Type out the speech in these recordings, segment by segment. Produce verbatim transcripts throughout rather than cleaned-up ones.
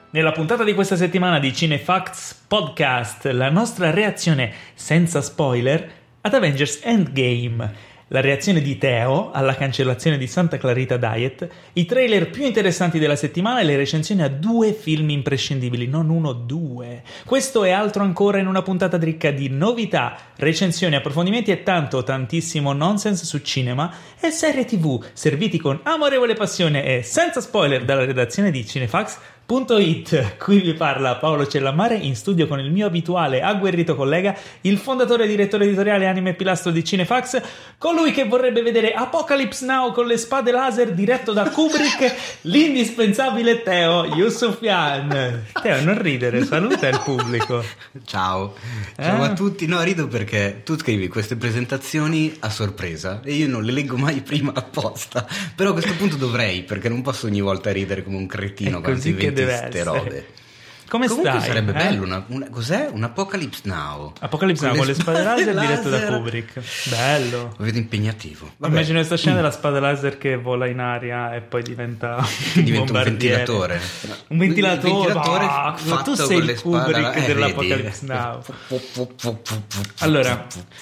Nella puntata di questa settimana di Cinefacts Podcast, la nostra reazione senza spoiler ad Avengers Endgame, la reazione di Teo alla cancellazione di Santa Clarita Diet, i trailer più interessanti della settimana e le recensioni a due film imprescindibili, non uno, due. Questo e altro ancora in una puntata ricca di novità, recensioni, approfondimenti e tanto, tantissimo nonsense su cinema e serie tv, serviti con amorevole passione e senza spoiler dalla redazione di Cinefacts punto it. Qui vi parla Paolo Cellamare in studio con il mio abituale agguerrito collega, il fondatore e direttore editoriale anime e pilastro di Cinefax, colui che vorrebbe vedere Apocalypse Now con le spade laser diretto da Kubrick, l'indispensabile Teo Yusufian. Teo, non ridere, saluta il pubblico. Ciao, ciao eh? a tutti. No, rido perché tu scrivi queste presentazioni a sorpresa e io non le leggo mai prima apposta, però a questo punto dovrei, perché non posso ogni volta ridere come un cretino quando si inventa ste robe. Come Comunque stai? Sarebbe eh? bello una, una, cos'è? Un Apocalypse Now. Apocalypse Now con le spade laser, laser diretto da Kubrick. Bello. Lo vedo impegnativo. Vabbè. Immagino questa scena della spada laser che vola in aria e poi diventa che diventa un ventilatore. Un ventilatore, un ventilatore ah, fatto tu sei con le il Kubrick eh, dell'Apocalypse Now. Allora,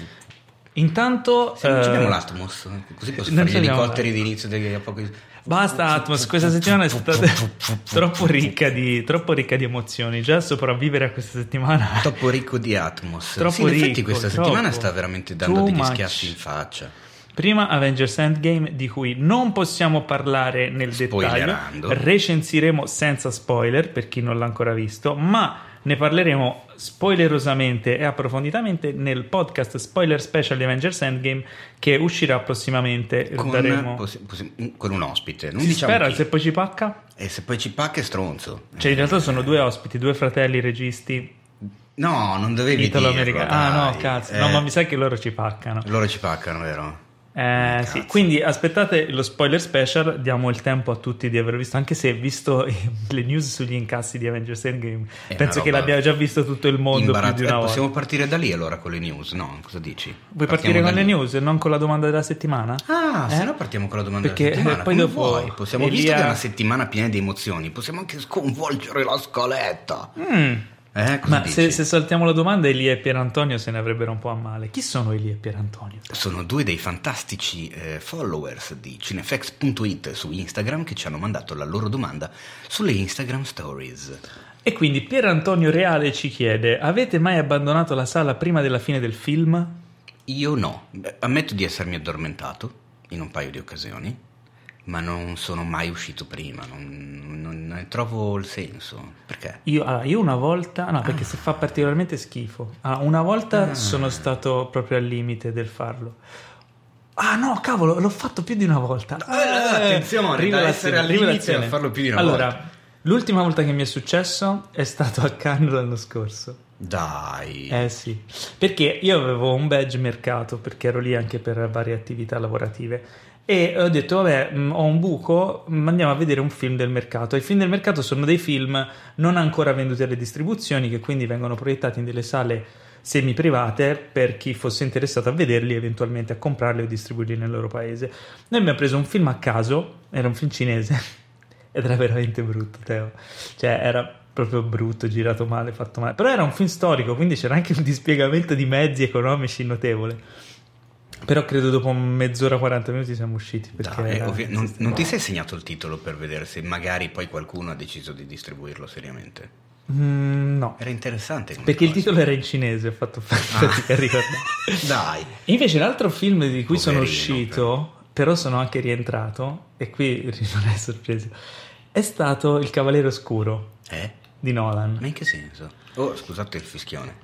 intanto se non uh, abbiamo l'Atmos, così posso fare gli elicotteri di inizio degli Apocalypse. Basta Atmos, questa settimana è stata troppo ricca di troppo ricca di emozioni. Già sopravvivere a questa settimana troppo ricco di Atmos. Troppo sì, in effetti ricco, questa troppo. settimana sta veramente dando Too degli much. schiaffi in faccia. Prima Avengers Endgame, di cui non possiamo parlare nel dettaglio, recensiremo senza spoiler per chi non l'ha ancora visto, ma ne parleremo spoilerosamente e approfonditamente nel podcast spoiler special di Avengers Endgame che uscirà prossimamente. Con, daremo... possi- possi- con un ospite. Non si diciamo spera, chi. se poi ci pacca? E se poi ci pacca è stronzo. Cioè in realtà sono due ospiti, due fratelli registi. No, non dovevi italo-americani. dirlo. Ah no, dai. cazzo. Eh, no, ma mi sa che loro ci paccano. Loro ci paccano, vero? Eh, sì. Quindi aspettate lo spoiler special, diamo il tempo a tutti di aver visto, anche se visto le news sugli incassi di Avengers Endgame è penso che l'abbiamo già visto tutto il mondo più di una eh, volta. Possiamo partire da lì allora con le news, no? Cosa dici? Vuoi Partiamo partire con da le lì. news e non con la domanda della settimana? Ah, eh? se no partiamo con la domanda Perché, della settimana. eh, poi Come dopo vuoi? Possiamo, Elia... visto che è una settimana piena di emozioni, possiamo anche sconvolgere la scaletta. Mm. Eh, Ma dici? se, se saltiamo la domanda, Elia e Pierantonio se ne avrebbero un po' a male. Chi sono Elia e Pierantonio? Sono due dei fantastici eh, followers di Cinefacts punto it su Instagram che ci hanno mandato la loro domanda sulle Instagram Stories. E quindi Pierantonio Reale ci chiede: avete mai abbandonato la sala prima della fine del film? Io no, Beh, ammetto di essermi addormentato in un paio di occasioni, ma non sono mai uscito prima, non, non ne trovo il senso. Perché? Io, allora, io una volta, no, perché Ah. si fa particolarmente schifo. Ah, una volta Ah. sono stato proprio al limite del farlo. Ah no, cavolo, l'ho fatto più di una volta. Eh, attenzione, da essere al limite rivelazione. a farlo più di una allora, volta. l'ultima volta che mi è successo è stato a Cannes l'anno scorso. Dai. Eh sì, perché io avevo un badge mercato, perché ero lì anche per varie attività lavorative. E ho detto, vabbè, mh, ho un buco, mh, andiamo a vedere un film del mercato. I film del mercato sono dei film non ancora venduti alle distribuzioni, che quindi vengono proiettati in delle sale semi-private per chi fosse interessato a vederli e eventualmente a comprarli o distribuirli nel loro paese. Noi abbiamo preso un film a caso, era un film cinese, ed era veramente brutto, Teo. Cioè, era proprio brutto, girato male, fatto male. Però era un film storico, quindi c'era anche un dispiegamento di mezzi economici notevole. Però credo dopo mezz'ora, quaranta minuti siamo usciti. Perché Dai, era... ovvi- non, non ti sei segnato il titolo per vedere se magari poi qualcuno ha deciso di distribuirlo seriamente? Mm, no. Era interessante. come Perché il cosa. titolo era in cinese, ho fatto fatica a ricordare. Dai. E invece l'altro film di cui Poverino, sono uscito, però. però sono anche rientrato, e qui non è sorpreso, è stato Il Cavaliere Oscuro Eh? di Nolan. Ma in che senso? Oh, scusate il fischione.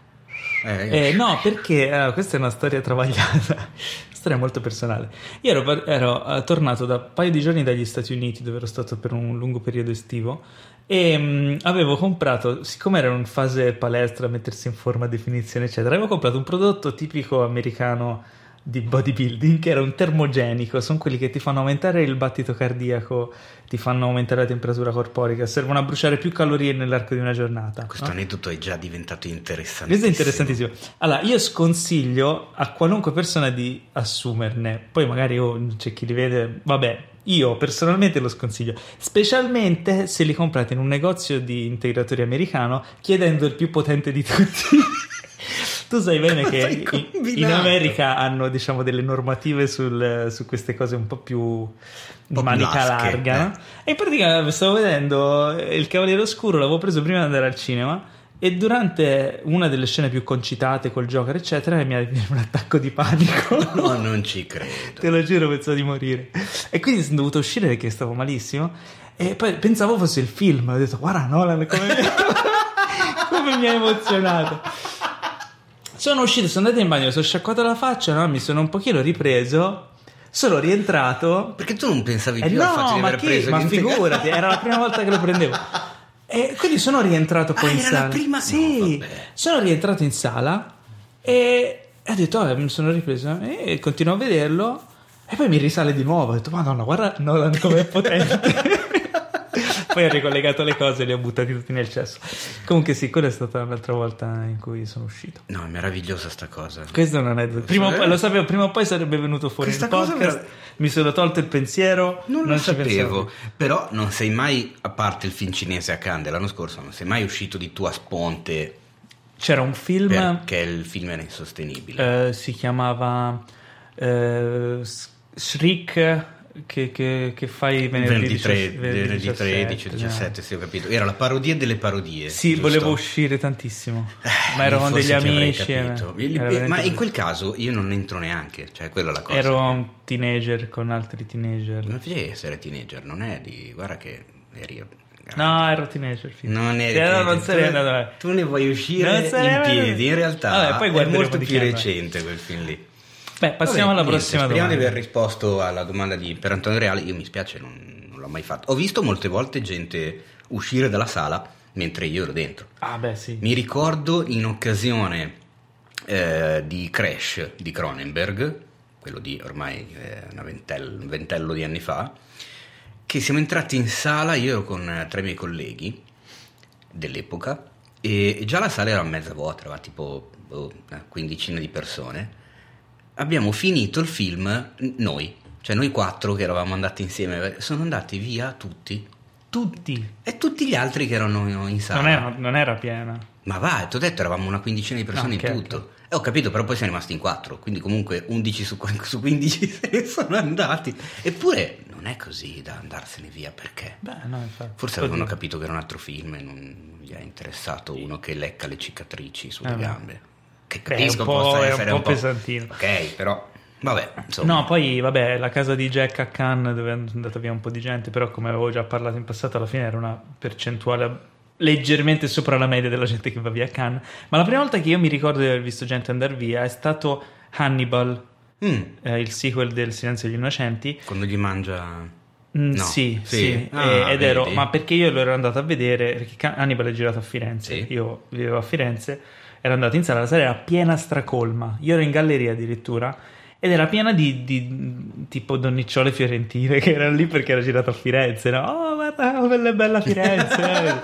Eh, Eh, no, perché eh, questa è una storia travagliata, una storia molto personale. Io ero, ero eh, tornato da un paio di giorni dagli Stati Uniti, dove ero stato per un lungo periodo estivo, e mh, avevo comprato, siccome ero in fase palestra, mettersi in forma, definizione eccetera, avevo comprato un prodotto tipico americano di bodybuilding, che era un termogenico. Sono quelli che ti fanno aumentare il battito cardiaco, ti fanno aumentare la temperatura corporica, servono a bruciare più calorie nell'arco di una giornata. Questo no? aneddoto è già diventato interessantissimo. Questo è interessantissimo. Allora, io sconsiglio a qualunque persona di assumerne, poi magari oh, c'è chi li vede, vabbè, Io personalmente lo sconsiglio, specialmente se li comprate in un negozio di integratori americano chiedendo il più potente di tutti. Tu sai bene che in America hanno, diciamo, delle normative sul, su queste cose un po' più di manica lasche, larga, eh. no? E in pratica stavo vedendo Il Cavaliere Oscuro, l'avevo preso prima di andare al cinema, e durante una delle scene più concitate col Joker eccetera mi ha venuto un attacco di panico. No, non ci credo, te lo giuro, pensavo di morire, e quindi sono dovuto uscire perché stavo malissimo, e poi pensavo fosse il film, ho detto guarda Nolan come mi, come mi ha emozionato. Sono uscito, sono andato in bagno, sono sciacquato la faccia, no? Mi sono un pochino ripreso, sono rientrato. Perché tu non pensavi eh più no, al fatto di aver chi? preso ma l'integrale? Figurati, era la prima volta che lo prendevo. E quindi sono rientrato poi ah, in era sala. La prima? Sì, no, sono rientrato in sala e ho detto, vabbè, mi sono ripreso e continuo a vederlo, e poi mi risale di nuovo. Ho detto, madonna, guarda Nolan com'è potente. Poi ho ricollegato le cose e li ho buttati tutti nel cesso. Comunque sì, quella è stata l'altra volta in cui sono uscito. No, è meravigliosa sta cosa. Questo non è prima o poi, lo sapevo, prima o poi sarebbe venuto fuori il podcast. Vera... Mi sono tolto il pensiero. Non, non lo sapevo. Pensavo. Però non sei mai, a parte il film cinese a Cannes dell'anno scorso, non sei mai uscito di tua sponte. C'era un film perché il film era insostenibile. Eh, si chiamava eh, Shriek. Che, che, che fai venerdì tredici diciassette, sì, ho capito. Era la parodia delle parodie. Sì, giusto? Volevo uscire tantissimo, eh, ma ero con degli amici. E... Ma in quel caso io non entro neanche, cioè quella è la cosa. Ero un teenager con altri teenager. Non facevi essere teenager, non è di. Guarda che eri io. No, ero teenager. Non eri teenager. Non sarei tu, andato. Tu ne vuoi uscire in piedi, in realtà. Vabbè, poi è molto più recente quel film lì. Beh, passiamo Vabbè, alla niente, prossima speriamo domanda. di aver risposto alla domanda di per Antonio Reale. Io mi spiace, non, non l'ho mai fatto. Ho visto molte volte gente uscire dalla sala mentre io ero dentro. Ah, beh, sì. Mi ricordo in occasione eh, di Crash di Cronenberg, quello di ormai eh, una ventello, un ventello di anni fa, che siamo entrati in sala, io ero con eh, tre miei colleghi dell'epoca, e, e già la sala era mezza vuota, era tipo oh, una quindicina di persone. Abbiamo finito il film noi, cioè noi quattro che eravamo andati insieme, sono andati via tutti. Tutti? E tutti gli altri che erano in sala. Non era, non era piena. Ma va, ti ho detto, eravamo una quindicina di persone no, in tutto. Okay. E ho capito, però poi siamo rimasti in quattro, quindi comunque undici su, su quindici se ne sono andati. Eppure non è così da andarsene via, perché? Beh, no, infatti. Forse avevano capito che era un altro film e non gli è interessato uno che lecca le cicatrici sulle eh, gambe. Che capisco, possa essere un po' un po' pesantino. Ok, però vabbè, insomma. No, poi vabbè, la casa di Jack a Cannes dove è andata via un po' di gente, però come avevo già parlato in passato, alla fine era una percentuale leggermente sopra la media della gente che va via a Cannes. Ma la prima volta che io mi ricordo di aver visto gente andare via è stato Hannibal, mm. eh, il sequel del Silenzio degli Innocenti. Quando gli mangia... Mm, no. Sì, sì. sì. Ah, ed ero, vedi? ma perché io lo ero andato a vedere, perché Hannibal è girato a Firenze, sì. Io vivevo a Firenze, ero andato in sala, la sala era piena stracolma, io ero in galleria addirittura, ed era piena di, di tipo donnicciole fiorentine che erano lì perché era girato a Firenze, no? Oh, guarda come è bella Firenze!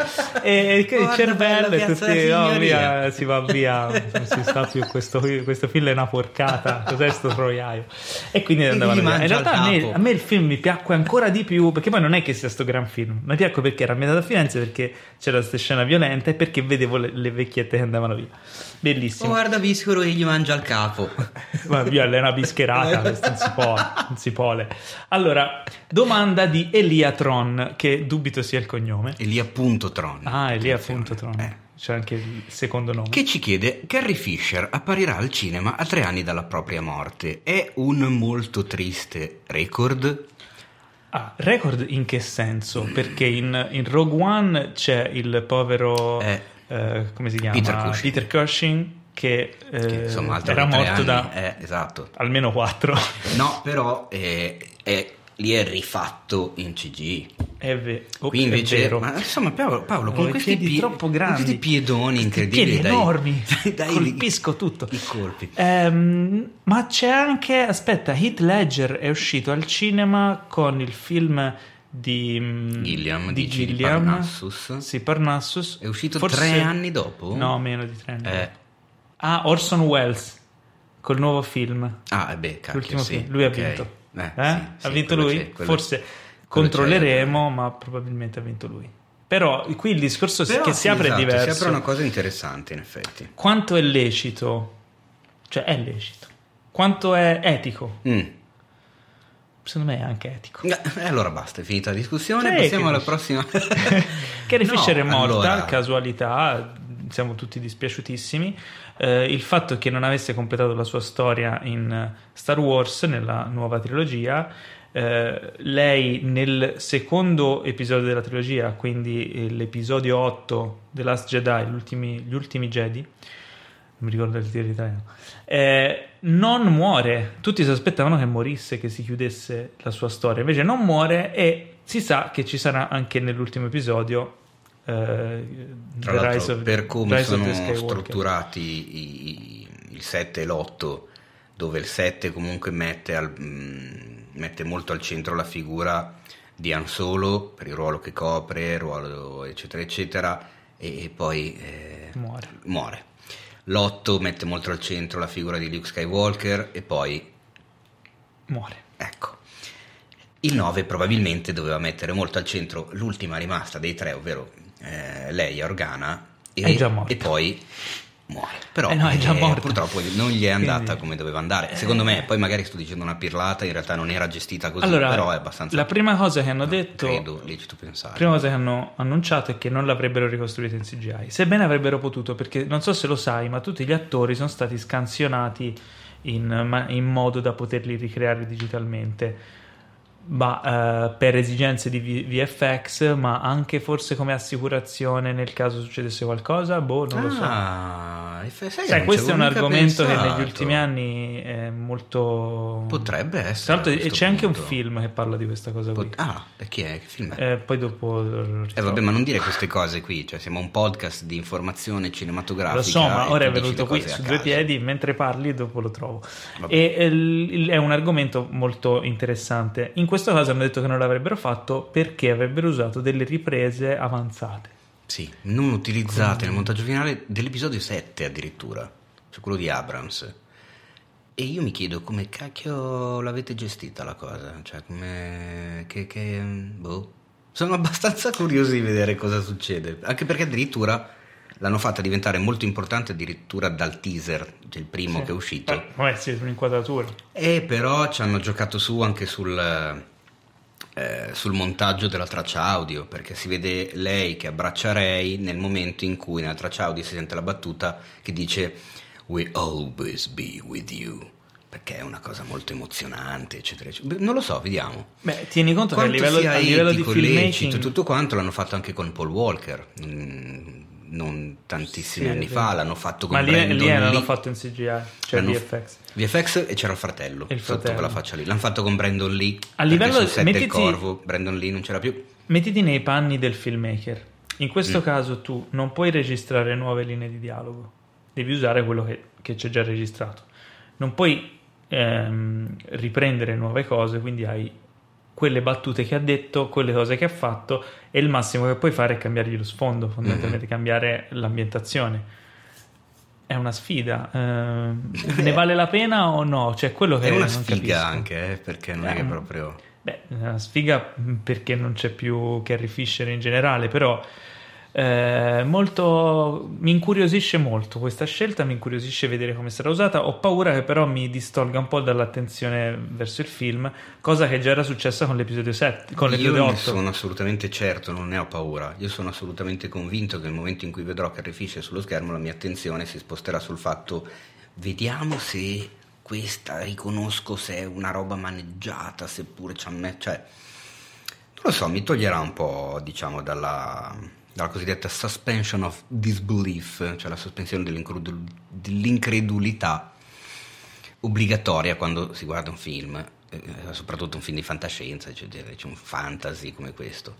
e e il cervello e tutti, oh, via, si va via, non si sta più, questo, questo film è una porcata, cos'è sto troiaio? E quindi andavano via. In realtà a me, a me il film mi piacque ancora di più, perché poi non è che sia sto gran film, mi piacque perché era ambientato a Firenze, perché c'era questa scena violenta e perché vedevo le, le vecchiette che andavano via. Bellissimo. Oh, guarda Viscero e gli mangia il capo. Ma via, è una bischerata, questo non si può, non si può. Allora, domanda di Eliatron, che dubito sia il cognome. Elia.tron. Ah, Elia.tron. Eh. C'è anche il secondo nome. Che ci chiede: Carrie Fisher apparirà al cinema a tre anni dalla propria morte. È un molto triste record? Ah, record in che senso? Mm. Perché in, in Rogue One c'è il povero... Eh. Uh, come si chiama? Peter Cushing, Peter Cushing che, eh, che insomma, era morto anni, da eh, esatto. almeno quattro. No, però eh, è, lì è rifatto in C G. È, ve- oh, qui invece, è vero. Ma insomma Paolo, Paolo oh, con questi piedi pie- troppo grandi, con questi piedoni incredibili, piedi dai, enormi, dai, dai, colpisco tutto. I colpi. Um, ma c'è anche, aspetta, Heath Ledger è uscito al cinema con il film di Gilliam, di dici, Gilliam, di Parnassus. Sì, Parnassus. È uscito Forse... tre anni dopo? No, meno di tre anni. Eh. Ah, Orson Welles col nuovo film. Ah, beh, cacchio, l'ultimo sì. film. Lui okay. ha vinto. Eh, eh? sì, ha sì, vinto quello lui? c'è, quello- Forse quello controlleremo, ma probabilmente ha vinto lui. Però qui il discorso Però, che sì, si apre esatto, è diverso. Si apre una cosa interessante, in effetti. Quanto è lecito? Cioè è lecito. Quanto è etico? Mm. Secondo me è anche etico. E eh, allora basta, è finita la discussione, Che passiamo che alla dici? prossima. Carrie Fisher è No, morta, allora- casualità, siamo tutti dispiaciutissimi. Eh, il fatto che non avesse completato la sua storia in Star Wars, nella nuova trilogia, eh, lei nel secondo episodio della trilogia, quindi eh, l'episodio otto The Last Jedi, gli ultimi, gli ultimi Jedi, non mi ricordo il titolo in italiano, eh, non muore. Tutti si aspettavano che morisse, che si chiudesse la sua storia, invece non muore e si sa che ci sarà anche nell'ultimo episodio eh, Tra The l'altro, Rise of- per come Rise of sono the Skywalker. strutturati i- i- il sette e l'otto, dove il sette comunque mette, al- mh, mette molto al centro la figura di Han Solo per il ruolo che copre, il ruolo eccetera eccetera, e, e poi eh, Muore. muore. L'otto mette molto al centro la figura di Luke Skywalker e poi Muore. ecco. Il nove probabilmente doveva mettere molto al centro l'ultima rimasta dei tre, ovvero eh, Leia Organa, e, È già morta. e poi muore. Però Eh no, è già eh, morta. purtroppo non gli è andata Quindi- come doveva andare. Secondo me, poi magari sto dicendo una pirlata, in realtà non era gestita così, Allora, però è abbastanza... la prima cosa che hanno detto, Credo, lecito pensare. la prima cosa che hanno annunciato è che non l'avrebbero ricostruita in C G I, sebbene avrebbero potuto, perché non so se lo sai, ma tutti gli attori sono stati scansionati in, ma- in modo da poterli ricreare digitalmente. Ma eh, per esigenze di V- VFX, ma anche forse come assicurazione nel caso succedesse qualcosa, boh, non lo so. Ah, e sai che Sai, non questo ci è un avevo mica argomento che pensato. negli ultimi anni è molto... Potrebbe essere. Tra l'altro, a e questo c'è anche un punto. film che parla di questa cosa qui. Pot- ah, e chi è? Che film è? Eh, poi dopo lo Eh ritrovo. vabbè, ma non dire queste cose qui, cioè siamo un podcast di informazione cinematografica. Lo so, ma e ora è tu dici venuto le qui cose a su due caso. piedi mentre parli, dopo lo trovo. Vabbè. E eh, il- è un argomento molto interessante. In questo caso hanno detto che non l'avrebbero fatto perché avrebbero usato delle riprese avanzate. Sì, non utilizzate nel montaggio finale dell'episodio sette addirittura, cioè quello di Abrams. E io mi chiedo come cacchio l'avete gestita la cosa, cioè come... che... che boh. Sono abbastanza curioso di vedere cosa succede, anche perché addirittura l'hanno fatta diventare molto importante addirittura dal teaser, cioè il primo Sì. che è uscito. Eh, vabbè, sì, è un'inquadratura. E però ci hanno giocato su anche sul, eh, sul montaggio della traccia audio, perché si vede lei che abbraccia Rey nel momento in cui nella traccia audio si sente la battuta che dice "We always be with you", perché è una cosa molto emozionante, eccetera, eccetera. Beh, non lo so, vediamo. Beh, tieni conto Quanto che a livello, sia a livello etico, di lecito, filmmaking tutto quanto l'hanno fatto anche con Paul Walker, mm, non tantissimi Sì, anni è fa, vero. l'hanno fatto con ma lì, Brandon lì l'hanno Lee. fatto in C G I, cioè L'hanno- V F X. V F X e c'era il fratello, E il sotto fratello. quella faccia lì. L'hanno fatto con Brandon Lee. A livello- perché sul set mettiti- del Corvo, Brandon Lee non c'era più. Mettiti nei panni del filmmaker. In questo Mm. caso tu non puoi registrare nuove linee di dialogo, devi usare quello che, che c'è già registrato. Non puoi ehm, riprendere nuove cose, quindi hai quelle battute che ha detto, quelle cose che ha fatto, e il massimo che puoi fare è cambiargli lo sfondo, fondamentalmente Mm. cambiare l'ambientazione. È una sfida. Ehm, ne vale la pena o no? Cioè, quello che È una non sfiga capisco. anche, eh, perché non è che Eh, proprio... Beh, è una sfiga perché non c'è più Carrie Fisher in generale, però eh, molto mi incuriosisce molto questa scelta, mi incuriosisce vedere come sarà usata. Ho paura che però mi distolga un po' dall'attenzione verso il film, cosa che già era successa con l'episodio sette, con l'episodio Io ne otto. sono assolutamente certo, non ne ho paura. Io sono assolutamente convinto che nel momento in cui vedrò Carrie Fisher sullo schermo la mia attenzione si sposterà sul fatto: vediamo se questa riconosco se è una roba maneggiata, seppure c'ha me... cioè non lo so, mi toglierà un po', diciamo, dalla, dalla cosiddetta suspension of disbelief, cioè la sospensione dell'incredul- dell'incredulità obbligatoria quando si guarda un film, eh, soprattutto un film di fantascienza, cioè, cioè un fantasy come questo.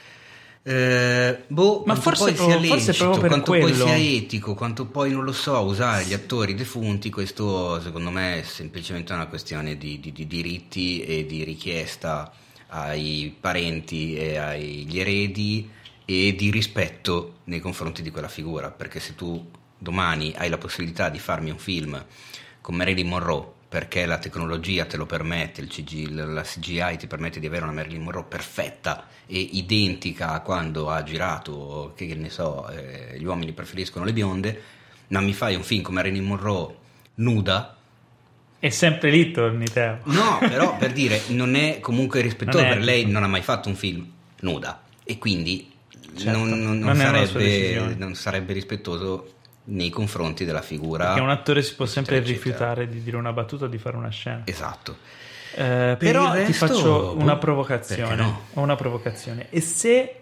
Eh, boh, Ma quanto forse poi proprio- sia forse lecito, proprio per quanto poi quello. sia etico, quanto poi non lo so, usare gli attori defunti, questo secondo me è semplicemente una questione di, di, di diritti e di richiesta ai parenti e agli eredi e di rispetto nei confronti di quella figura, perché se tu domani hai la possibilità di farmi un film con Marilyn Monroe, perché la tecnologia te lo permette, il C G, la C G I ti permette di avere una Marilyn Monroe perfetta e identica a quando ha girato, che ne so, eh, gli uomini preferiscono le bionde, ma mi fai un film con Marilyn Monroe nuda. E sempre lì torni, Teo. No, però per dire, non è comunque rispettoso, Non è per lei etico. non ha mai fatto un film nuda e quindi Certo, non, non- non non è una sua sarebbe, decisione. non sarebbe rispettoso nei confronti della figura. Perché un attore si può sempre eccetera, eccetera. rifiutare di dire una battuta o di fare una scena. Esatto. Eh, però il ti resto, faccio una boh, provocazione. perché no? Ho una provocazione. E se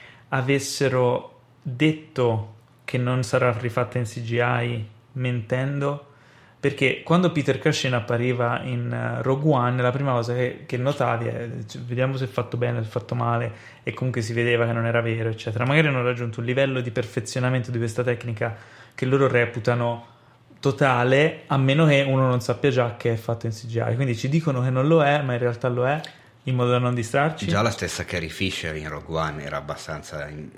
avessero detto che non sarà rifatta in C G I mentendo? Perché quando Peter Cushing appariva in uh, Rogue One, la prima cosa che, che notavi è cioè, vediamo se è fatto bene, se è fatto male, e comunque si vedeva che non era vero, eccetera. Magari hanno raggiunto un livello di perfezionamento di questa tecnica che loro reputano totale, a meno che uno non sappia già che è fatto in C G I. Quindi ci dicono che non lo è, ma in realtà lo è, in modo da non distrarci. Già la stessa Carrie Fisher in Rogue One era abbastanza, in-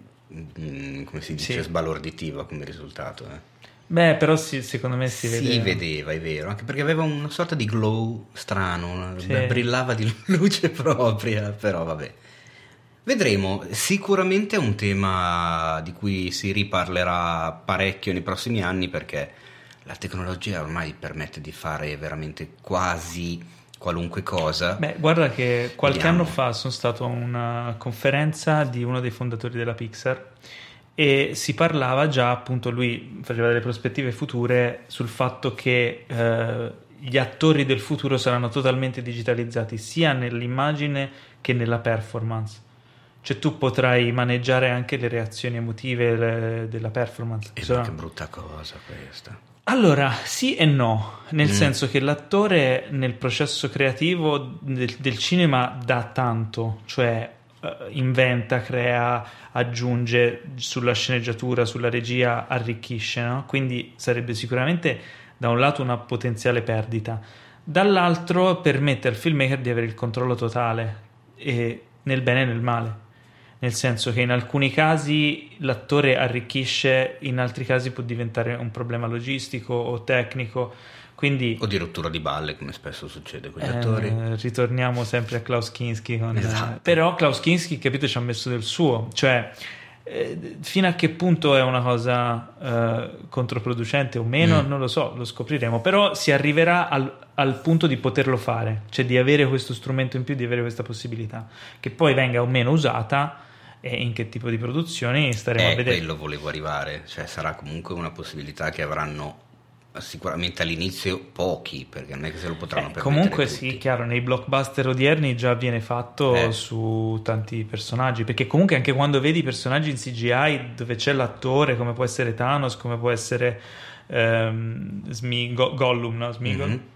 in- come si dice, Sì. sbalorditiva come risultato. Eh. Beh, però sì, secondo me si, Si vedeva. vedeva, è vero, anche perché aveva una sorta di glow strano, una- Sì. brillava di luce propria, però vabbè. Vedremo, sicuramente è un tema di cui si riparlerà parecchio nei prossimi anni perché la tecnologia ormai permette di fare veramente quasi qualunque cosa. Beh, guarda che qualche Vediamo. anno fa sono stato a una conferenza di uno dei fondatori della Pixar e si parlava già, appunto, lui faceva delle prospettive future sul fatto che eh, gli attori del futuro saranno totalmente digitalizzati sia nell'immagine che nella performance. Cioè tu potrai maneggiare anche le reazioni emotive le- della performance. E Insomma, che brutta cosa questa. allora, sì e no, nel Mm. senso che l'attore nel processo creativo del, del cinema dà tanto, cioè eh, inventa, crea, aggiunge sulla sceneggiatura, sulla regia, arricchisce, no? Quindi sarebbe sicuramente da un lato una potenziale perdita, dall'altro permette al filmmaker di avere il controllo totale e nel bene e nel male. Nel senso che in alcuni casi l'attore arricchisce, in altri casi può diventare un problema logistico o tecnico, quindi O di rottura di balle, come spesso succede con gli eh, attori. ritorniamo sempre a Klaus Kinski con, Esatto. eh, però Klaus Kinski, capito, ci ha messo del suo, cioè eh, fino a che punto è una cosa eh, controproducente o meno, Mm. non lo so, lo scopriremo, però si arriverà al, al punto di poterlo fare, cioè di avere questo strumento in più, di avere questa possibilità, che poi venga o meno usata e in che tipo di produzioni staremo Eh, a vedere. quello volevo arrivare, cioè sarà comunque una possibilità che avranno sicuramente all'inizio pochi, perché non è che se lo potranno Eh, permettere comunque tutti. sì, chiaro, nei blockbuster odierni già viene fatto Eh. su tanti personaggi, perché comunque anche quando vedi personaggi in C G I dove c'è l'attore, come può essere Thanos, come può essere ehm, Smig- Go- Gollum, no? Smigol, Mhm.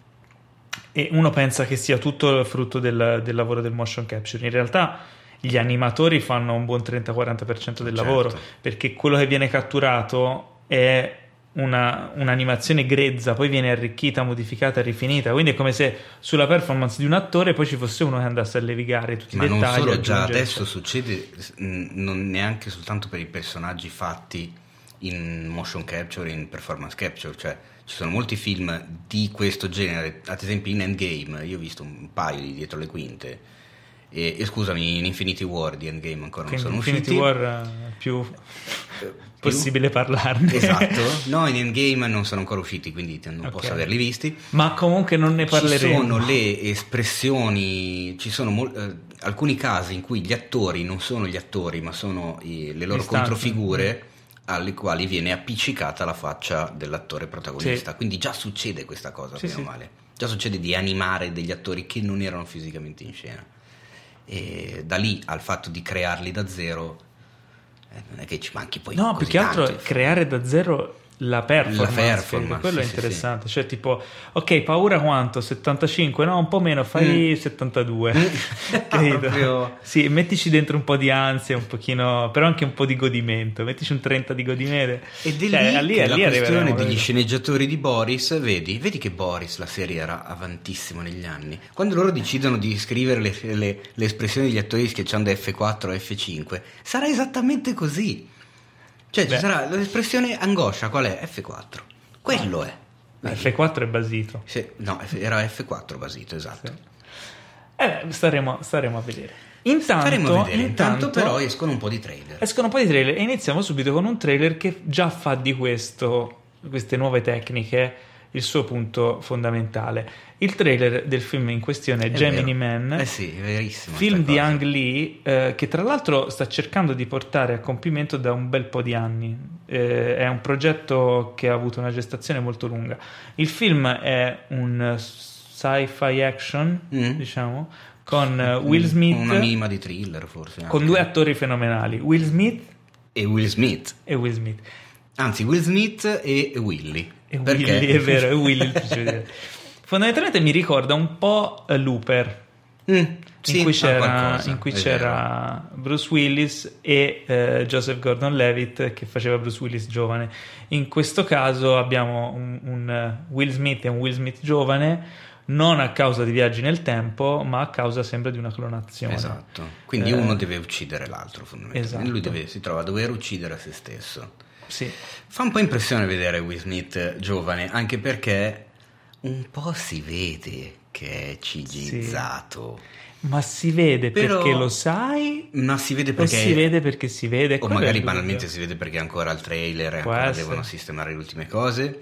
e uno pensa che sia tutto frutto del, del lavoro del motion capture. In realtà gli animatori fanno un buon trenta-quaranta per cento del Certo. lavoro, perché quello che viene catturato è una, un'animazione grezza, poi viene arricchita, modificata, rifinita, quindi è come se sulla performance di un attore poi ci fosse uno che andasse a levigare tutti Ma i non dettagli, solo, già aggiungere, adesso eccetera. succede, mh, non neanche soltanto per i personaggi fatti in motion capture, in performance capture, cioè ci sono molti film di questo genere, ad esempio in Endgame, io ho visto un paio di dietro le quinte, e, e scusami, in Infinity War di Endgame ancora Quindi non sono Infinity usciti. War eh, più Più? possibile parlarne. Esatto, no, in Endgame non sono ancora usciti, quindi non Ok. posso averli visti. Ma comunque non ne Ci parleremo. sono le espressioni, ci sono mol- eh, alcuni casi in cui gli attori non sono gli attori, ma sono i- le loro Istanze. controfigure alle quali viene appiccicata la faccia dell'attore protagonista. Sì. Quindi già succede questa cosa, Sì, bene o sì. male. Già succede di animare degli attori che non erano fisicamente in scena. E da lì al fatto di crearli da zero, eh, non è che ci manchi poi No, così più che altro tanto. creare da zero la performance, La performance, che quello sì, è sì, interessante. Cioè, tipo, ok, paura quanto? settantacinque? No, un po' meno, fai Mm. settantadue. Capito? Proprio- Sì, mettici dentro un po' di ansia, un pochino, però anche un po' di godimento. Mettici un trenta di godimento. Ed è Cioè, lì lì- che lì la arriveremo, questione degli capito? sceneggiatori di Boris, vedi, vedi che Boris, la serie era avantissima negli anni. Quando loro decidono di scrivere le, le- le espressioni degli attori schiacciando F quattro o F cinque, sarà esattamente così. Cioè ci Beh. sarà l'espressione angoscia, qual è? F quattro. Quello è. F quattro è basito. Sì, no, era F quattro basito, esatto. Sì. Eh, staremo, staremo a vedere. Intanto, staremo a vedere. intanto, intanto però escono un po' di trailer. Escono un po' di trailer e iniziamo subito con un trailer che già fa di questo, queste nuove tecniche, il suo punto fondamentale. Il trailer del film in questione è, è Gemini vero. Man, eh sì, è verissimo, film di Ang Lee, eh, che tra l'altro sta cercando di portare a compimento da un bel po' di anni. Eh, è un progetto che ha avuto una gestazione molto lunga. Il film è un sci-fi action, mm. diciamo, con Will Smith, una minima di thriller forse, con due attori fenomenali, Will Smith e Will Smith e Will Smith. Anzi, Will Smith e Willy. E perché? Willy, è vero, è Willy il fondamentalmente mi ricorda un po' Looper, mm, in, sì, cui c'era, qualcosa, in cui c'era Bruce Willis e eh, Joseph Gordon-Levitt che faceva Bruce Willis giovane. In questo caso abbiamo un, un Will Smith e un Will Smith giovane, non a causa di viaggi nel tempo, ma a causa sempre di una clonazione. Esatto. Quindi eh, uno deve uccidere l'altro, fondamentalmente. Esatto. Lui deve, si trova a dover uccidere se stesso. Sì. Fa un po' impressione vedere Will Smith giovane, anche perché un po' si vede che è cigizzato. Sì. Ma si vede Però, perché lo sai? Ma si vede perché... O si vede perché si vede? O magari banalmente si vede perché ancora il trailer e ancora essere. devono sistemare le ultime cose.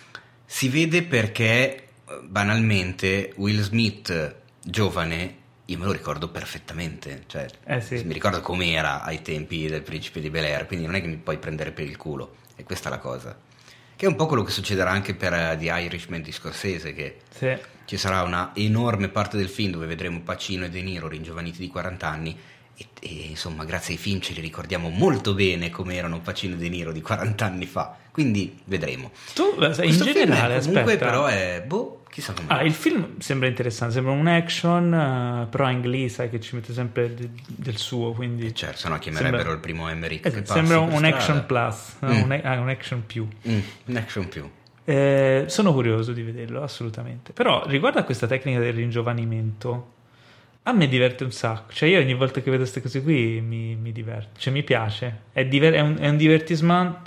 Si vede perché banalmente Will Smith giovane io me lo ricordo perfettamente, cioè eh sì. mi ricordo com'era ai tempi del Principe di Bel-Air, quindi non è che mi puoi prendere per il culo, e questa è la cosa, che è un po' quello che succederà anche per uh, The Irishman di Scorsese, che sì. ci sarà una enorme parte del film dove vedremo Pacino e De Niro ringiovaniti di quaranta anni e, e insomma grazie ai film ce li ricordiamo molto bene come erano Pacino e De Niro di quaranta anni fa, quindi vedremo. Tu sai, in generale è, comunque aspetta. però è boh chissà come. Ah, il film sembra interessante, sembra un action, uh, però Ang Lee sai che ci mette sempre de- del suo, quindi eh certo, se no chiamerebbero sembra... il primo Emmerich eh, che sembra un strada. action plus, no? mm. un, ah, un action più mm, un action più eh, sono curioso di vederlo assolutamente. Però riguardo a questa tecnica del ringiovanimento, a me diverte un sacco, cioè io ogni volta che vedo queste cose qui mi, mi diverto, cioè mi piace, è, diver- è un, è un divertissement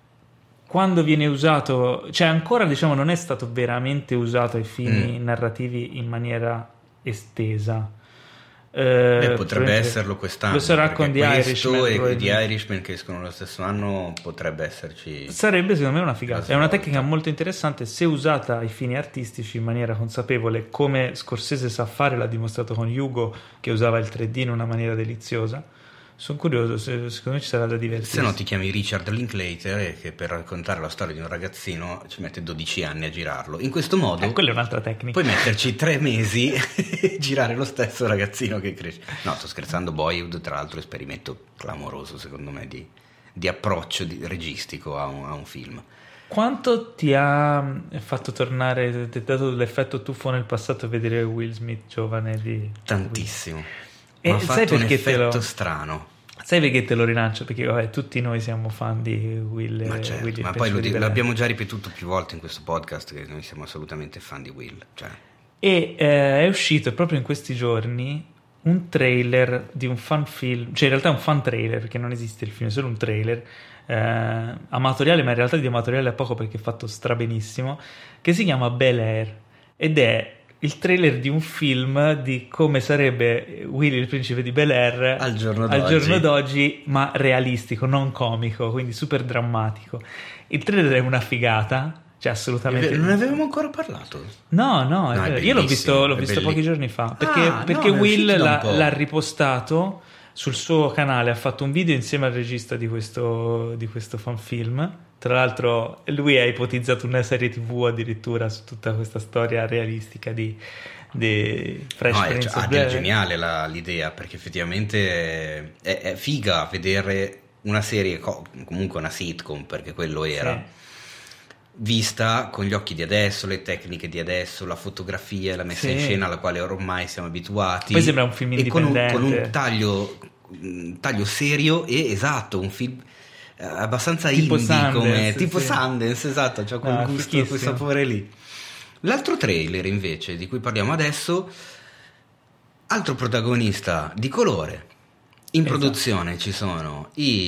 quando viene usato, cioè ancora diciamo non è stato veramente usato ai fini mm. narrativi in maniera estesa. Eh, Beh, potrebbe esserlo quest'anno. Lo sarà con The Irishman e The Irishman che escono lo stesso anno, potrebbe esserci. Sarebbe secondo me una figata. È una tecnica molto interessante se usata ai fini artistici in maniera consapevole, come Scorsese sa fare, l'ha dimostrato con Hugo che usava il tre D in una maniera deliziosa. Sono curioso, se, secondo me ci sarà da divertirsi. Se no ti chiami Richard Linklater e che per raccontare la storia di un ragazzino ci mette dodici anni a girarlo. In questo modo eh, quella è un'altra tecnica. Puoi metterci tre mesi e girare lo stesso ragazzino che cresce. No, sto scherzando. Boyhood, tra l'altro, esperimento clamoroso secondo me di, di approccio di, registico a un, a un film. Quanto ti ha fatto tornare, ti ha dato l'effetto tuffo nel passato vedere Will Smith giovane di... Tantissimo. E ma ha fatto un effetto lo... strano. Sai perché te lo rilancio? Perché vabbè, tutti noi siamo fan di Will. Ma, certo, Will ma poi lo, l'abbiamo già ripetuto più volte in questo podcast che noi siamo assolutamente fan di Will. Cioè. E eh, è uscito proprio in questi giorni un trailer di un fan film, cioè in realtà è un fan trailer perché non esiste il film, è solo un trailer eh, amatoriale, ma in realtà di amatoriale a poco perché è fatto strabenissimo, che si chiama Bel-Air ed è il trailer di un film di come sarebbe Willy il principe di Bel-Air al giorno, al d'oggi. giorno d'oggi, ma realistico, non comico, quindi super drammatico. Il trailer è una figata, cioè assolutamente. Non avevamo ancora parlato? No, no, no io l'ho visto, l'ho visto pochi giorni fa, perché, ah, perché no, Will l'ha, l'ha ripostato sul suo canale, ha fatto un video insieme al regista di questo, di questo fanfilm. Tra l'altro lui ha ipotizzato una serie tivù addirittura su tutta questa storia realistica di, di Fresh no, Prince cioè, of Bel-Air. È geniale la, l'idea, perché effettivamente è, è figa vedere una serie, comunque una sitcom, perché quello era, sì. vista con gli occhi di adesso, le tecniche di adesso, la fotografia, la messa sì. in scena alla quale ormai siamo abituati. Poi sembra un film indipendente. E con un, con un taglio, un taglio serio e esatto, un film... abbastanza tipo indie Sundance, come tipo sì. Sundance, esatto, c'ha quel no, gusto, fichissimo. quel sapore lì. L'altro trailer invece di cui parliamo adesso, altro protagonista di colore, In produzione esatto. ci sono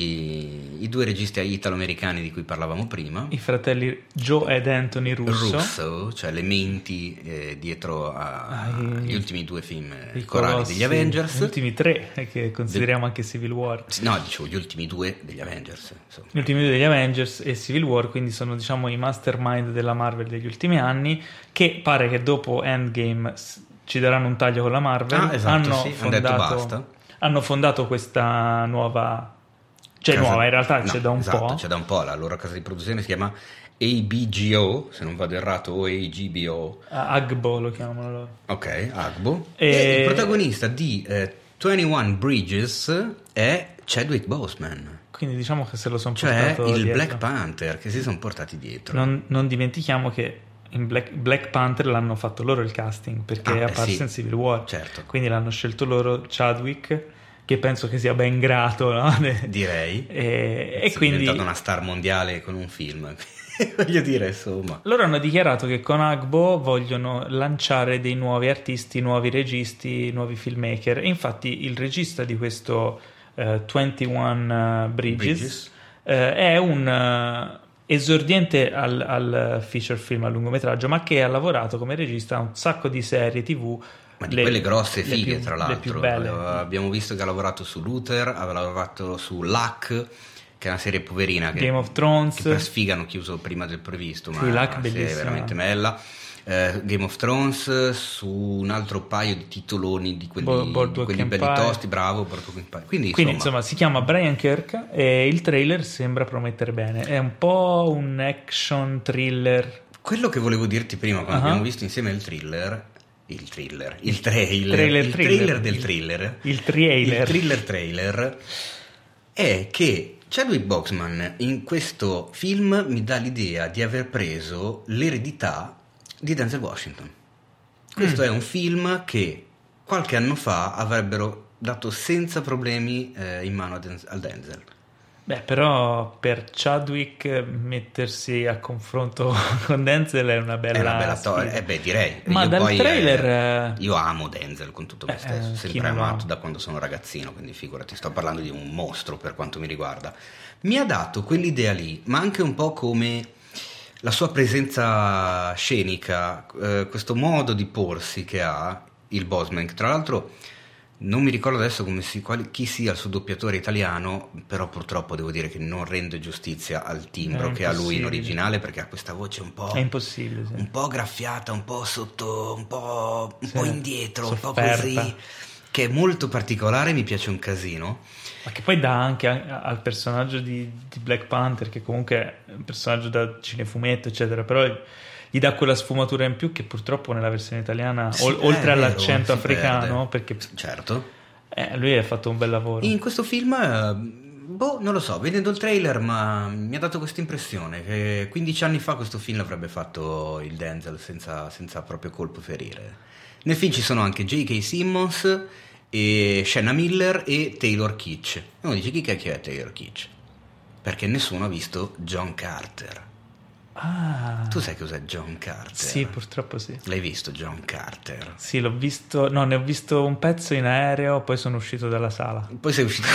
i, i due registi italo-americani di cui parlavamo prima, i fratelli Joe ed Anthony Russo, Russo cioè le menti eh, dietro agli ah, ultimi due film i corali colossi, degli Avengers, gli ultimi tre che consideriamo De... anche Civil War. No, dicevo gli ultimi due degli Avengers. Insomma. Gli ultimi due degli Avengers e Civil War, quindi sono diciamo i mastermind della Marvel degli ultimi anni, che pare che dopo Endgame ci daranno un taglio con la Marvel. Ah, esatto, hanno sì, fondato, hanno detto basta. Hanno fondato questa nuova, cioè casa... nuova in realtà no, c'è da un esatto, po'. C'è da un po', la loro casa di produzione si chiama A B G O, se non vado errato, o A G B O. Agbo lo chiamano loro. Ok, Agbo. E... e il protagonista di eh, ventuno Bridges è Chadwick Boseman. Quindi diciamo che se lo sono cioè portato il dietro. Black Panther che si sono portati dietro. Non, non dimentichiamo che in Black, Black Panther l'hanno fatto loro il casting, perché ah, è apparso sì. in Civil War, certo. Quindi l'hanno scelto loro, Chadwick, che penso che sia ben grato, no? Direi. E, e è quindi diventato una star mondiale con un film. Voglio dire, insomma. Loro hanno dichiarato che con Agbo vogliono lanciare dei nuovi artisti, nuovi registi, nuovi filmmaker. E infatti il regista di questo uh, ventuno Bridges, Bridges. Uh, è un uh, esordiente al, al feature film, al lungometraggio, ma che ha lavorato come regista a un sacco di serie tivù. Ma di le, quelle grosse fighe, più, tra l'altro. Le più belle. Abbiamo visto che ha lavorato su Luther, ha lavorato su Luck, che è una serie poverina che, Game of Thrones, che per sfiga hanno chiuso prima del previsto, ma sì, Luck, è veramente bella. Eh, Game of Thrones, su un altro paio di titoloni di quelli, Bo- di quelli belli tosti, bravo, Boardwalk Empire. Quindi, Quindi insomma, insomma si chiama Brian Kirk e il trailer sembra promettere bene. È un po' un action thriller. Quello che volevo dirti prima quando uh-huh. abbiamo visto insieme il thriller il thriller il trailer, trailer il thriller, trailer del thriller il, il trailer il thriller trailer è che Chadwick Boseman in questo film mi dà l'idea di aver preso l'eredità di Denzel Washington. Questo mm. è un film che qualche anno fa avrebbero dato senza problemi eh, in mano a Denzel, al Denzel. Beh, però per Chadwick mettersi a confronto con Denzel è una bella, è una bella to- eh beh, direi. Ma io dal poi, trailer eh, io amo Denzel con tutto me eh, stesso, eh, sempre amato da quando sono ragazzino, quindi figurati, sto parlando di un mostro per quanto mi riguarda. Mi ha dato quell'idea lì, ma anche un po' come la sua presenza scenica, eh, questo modo di porsi che ha il Boseman, che tra l'altro non mi ricordo adesso come si, quali, chi sia il suo doppiatore italiano, però purtroppo devo dire che non rende giustizia al timbro che ha lui in originale, perché ha questa voce un po', è impossibile, sì. un po' graffiata, un po' sotto, un po', un sì, po' indietro, sofferta. Un po' così, che è molto particolare, mi piace un casino. Ma che poi dà anche al personaggio di, di Black Panther, che comunque è un personaggio da cinefumetto, eccetera, però gli dà quella sfumatura in più che purtroppo nella versione italiana, sì, o, oltre vero, all'accento africano, perché certo, eh, lui ha fatto un bel lavoro. In questo film, boh, non lo so, vedendo il trailer, ma mi ha dato questa impressione che quindici anni fa questo film l'avrebbe fatto il Denzel senza, senza proprio colpo ferire. Nel film ci sono anche J K. Simmons e Shanna Miller e Taylor Kitsch. E uno dice: chi cacchio è Taylor Kitsch? Perché nessuno ha visto John Carter. Ah, tu sai cos'è John Carter? Sì, purtroppo sì. L'hai visto John Carter? Sì, l'ho visto, no, ne ho visto un pezzo in aereo, poi sono uscito dalla sala. Poi sei uscito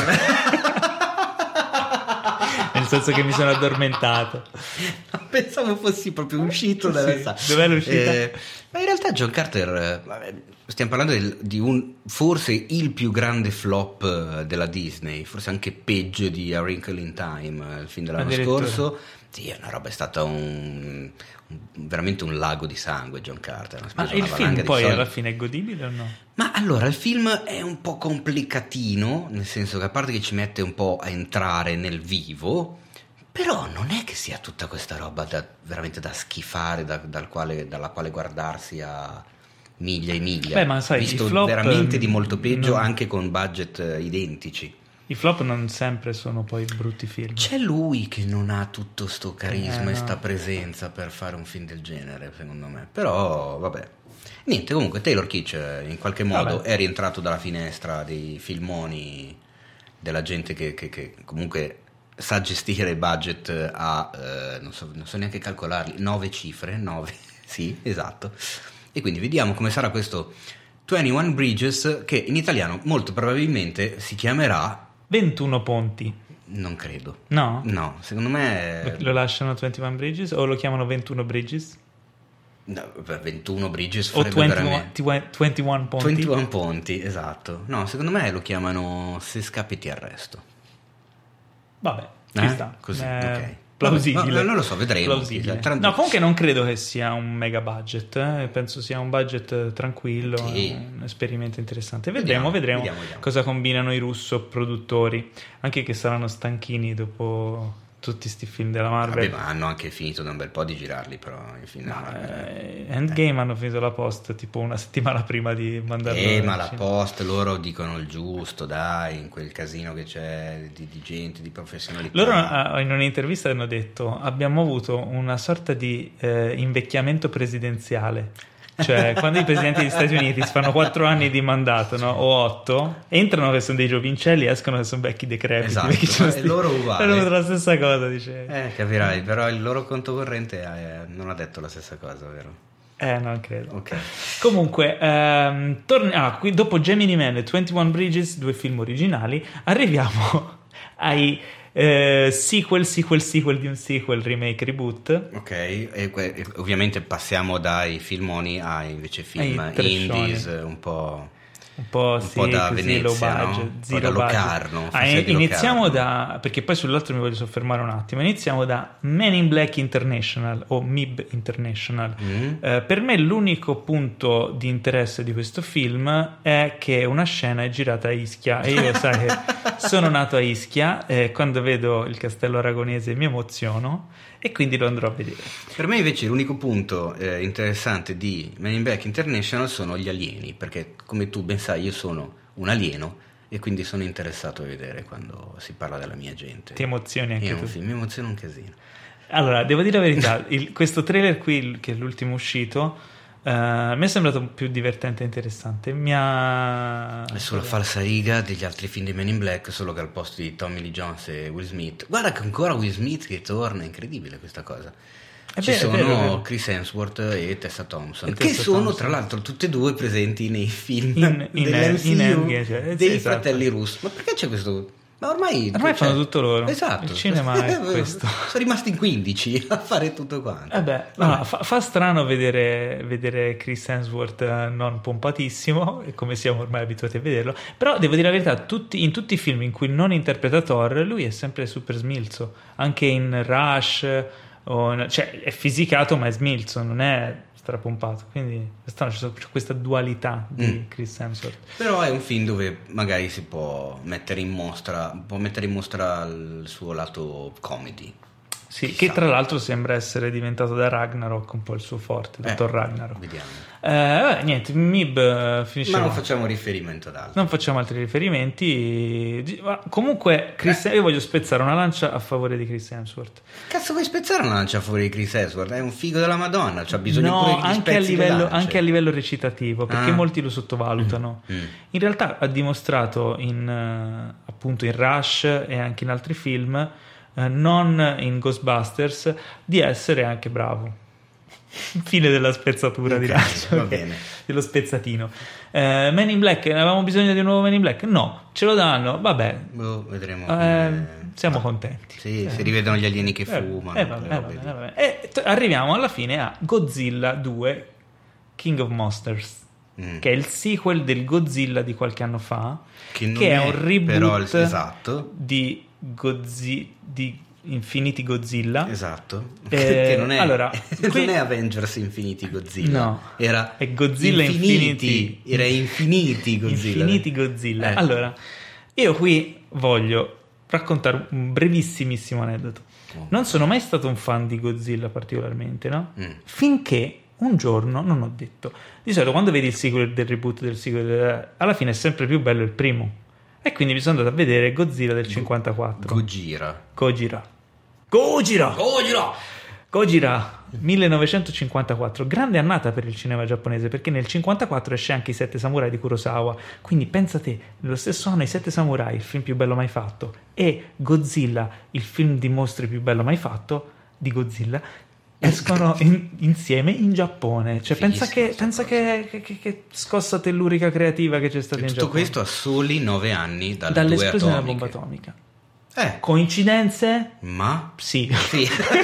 nel senso che mi sono addormentato. Pensavo fossi proprio uscito dalla sì. sala. Dov'è l'uscita? Eh, ma in realtà John Carter, vabbè, stiamo parlando di, di un forse il più grande flop della Disney, forse anche peggio di A Wrinkle in Time, il film dell'anno scorso. Sì, è una roba, è stata un, un veramente un lago di sangue John Carter. Ma il film poi alla fine è godibile o no? Ma allora il film è un po' complicatino, nel senso che a parte che ci mette un po' a entrare nel vivo, però non è che sia tutta questa roba da, veramente da schifare, da, dal quale, dalla quale guardarsi a miglia e miglia. Beh, ma sai, visto i flop, veramente di molto peggio, non... anche con budget identici. I flop non sempre sono poi brutti film. C'è lui che non ha tutto sto carisma eh, e no. sta presenza per fare un film del genere, secondo me. Però, vabbè. Niente, comunque Taylor Kitsch in qualche modo vabbè. È rientrato dalla finestra dei filmoni della gente che, che, che comunque sa gestire il budget a, eh, non so, non so neanche calcolarli, nove cifre, nove, sì, esatto. E quindi vediamo come sarà questo ventuno Bridges, che in italiano molto probabilmente si chiamerà ventuno ponti. Non credo. No? No, secondo me... Lo lasciano ventuno Bridges o lo chiamano ventuno Bridges? No, ventuno Bridges o farebbe ventuno, veramente... ventuno ponti? ventuno ponti, esatto. No, secondo me lo chiamano Se scappi ti arresto. Vabbè, ci eh? sta. Così, eh, ok. Plausibile. No, non lo so, vedremo. Plausibile. No, comunque non credo che sia un mega budget, eh? Penso sia un budget tranquillo, sì. Un esperimento interessante. Vedremo, vedremo, vediamo, vediamo. cosa combinano i russo produttori, anche che saranno stanchini dopo tutti sti film della Marvel. Vabbè, ma hanno anche finito da un bel po' di girarli, però in fine eh, Endgame eh. hanno finito la post tipo una settimana prima di mandarlo. Eh, ma la post loro dicono il giusto, dai, in quel casino che c'è di, di gente, di professionalità. Loro in un'intervista hanno detto: abbiamo avuto una sorta di eh, invecchiamento presidenziale. Cioè, quando i presidenti degli Stati Uniti si fanno quattro anni di mandato, no? O otto, entrano che sono dei giovincelli, escono che sono vecchi decrepiti. Esatto, sono sti... loro uguali. Hanno avuto la stessa cosa, dice. Eh, capirai, però il loro conto corrente eh, non ha detto la stessa cosa, vero? Eh, non credo. Ok. Comunque, ehm, torni... ah, qui dopo Gemini Man e ventuno Bridges, due film originali, arriviamo ai... Eh, sequel, sequel, sequel di un sequel, remake, reboot. Ok, e, e ovviamente passiamo dai filmoni a invece film indies un po'... Un po', un sì, po' da così, Venezia, low budget, no? zero da Locarno, budget. Ah, iniziamo da, perché poi sull'altro mi voglio soffermare un attimo. Iniziamo da Men in Black International o M I B International. Mm. Eh, per me l'unico punto di interesse di questo film è che una scena è girata a Ischia e io sai che sono nato a Ischia e quando vedo il castello aragonese mi emoziono e quindi lo andrò a vedere. Per me invece l'unico punto eh, interessante di Men in Black International sono gli alieni, perché come tu ben sai io sono un alieno e quindi sono interessato a vedere quando si parla della mia gente. Ti emozioni anche tu? Film, mi emoziona un casino. Allora, devo dire la verità, il, questo trailer qui, che è l'ultimo uscito, Uh, mi è sembrato più divertente e interessante. Mi ha... È sulla falsa riga degli altri film di Men in Black, solo che al posto di Tommy Lee Jones e Will Smith, guarda che ancora Will Smith che torna, è incredibile questa cosa. È Ci vero, sono è vero, è vero. Chris Hemsworth e Tessa Thompson, e che Tessa sono Thompson. tra l'altro tutte e due presenti nei film in, in, dell'M C U in Endgame, cioè, dei sì, esatto. fratelli Russo. Ma perché c'è questo? Ma ormai, ormai cioè, fanno tutto loro. Esatto. Il cinema è questo. Sono rimasti in quindici a fare tutto quanto. Eh beh, no, fa, fa strano vedere, vedere Chris Hemsworth non pompatissimo, come siamo ormai abituati a vederlo. Però devo dire la verità, tutti, in tutti i film in cui non interpreta Thor, lui è sempre super smilzo. Anche in Rush, o, cioè è fisicato ma è smilzo, non è strapompato, quindi quest'anno c'è questa dualità di mm. Chris Hemsworth. Però è un film dove magari si può mettere in mostra può mettere in mostra il suo lato comedy. Sì, Chissà. che tra l'altro sembra essere diventato da Ragnarok un po' il suo forte, dottor eh, Ragnarok. Vediamo. Eh, niente, M I B finisce. Ma non facciamo riferimento ad altro. Non facciamo altri riferimenti. Ma comunque, Chris, eh. io voglio spezzare una lancia a favore di Chris Hemsworth. Cazzo, vuoi spezzare una lancia a favore di Chris Hemsworth? È un figo della Madonna, c'ha bisogno no, pure di anche a livello, lance. anche a livello recitativo, perché ah. molti lo sottovalutano. Mm. Mm. In realtà ha dimostrato in uh, appunto in Rush e anche in altri film, uh, non in Ghostbusters, di essere anche bravo. Fine della spezzatura okay, di lancia, va okay. bene. Dello spezzatino. eh, Men in Black, avevamo bisogno di un nuovo Men in Black? No, ce lo danno, vabbè, boh, vedremo eh, come... siamo ah. contenti. Sì, eh. si rivedono gli alieni che eh, fumano eh, vabbè, eh, vabbè, eh, vabbè. E t- arriviamo alla fine a Godzilla due King of Monsters, mm. che è il sequel del Godzilla di qualche anno fa, che, che è, è un reboot però, esatto. di Godzilla, di Infinity Godzilla, esatto, eh, che non è, allora, non qui... è Avengers Infinity Godzilla, no, era è Godzilla Infinity, Infinity era Infinity Godzilla. Infinity Godzilla. Eh. Allora, io qui voglio raccontare un brevissimissimo aneddoto. Oh. Non sono mai stato un fan di Godzilla particolarmente, no? Mm. Finché un giorno non ho detto, di solito quando vedi il sequel del reboot del sequel, alla fine è sempre più bello il primo. E quindi mi sono andato a vedere Godzilla del cinquantaquattro. Gojira. Gojira. Gojira. Gojira. Gojira millenovecentocinquantaquattro, grande annata per il cinema giapponese, perché nel cinquantaquattro esce anche I Sette Samurai di Kurosawa. Quindi pensa te, nello stesso anno I Sette Samurai, il film più bello mai fatto, e Godzilla, il film di mostri più bello mai fatto di Godzilla, escono in, insieme in Giappone. Cioè, pensa, che, pensa che, che, che scossa tellurica creativa che c'è stata e in tutto Giappone. Tutto questo a soli nove anni dalle dall'esplosione due della bomba atomica. Eh. Coincidenze? Ma? Sì. Sì.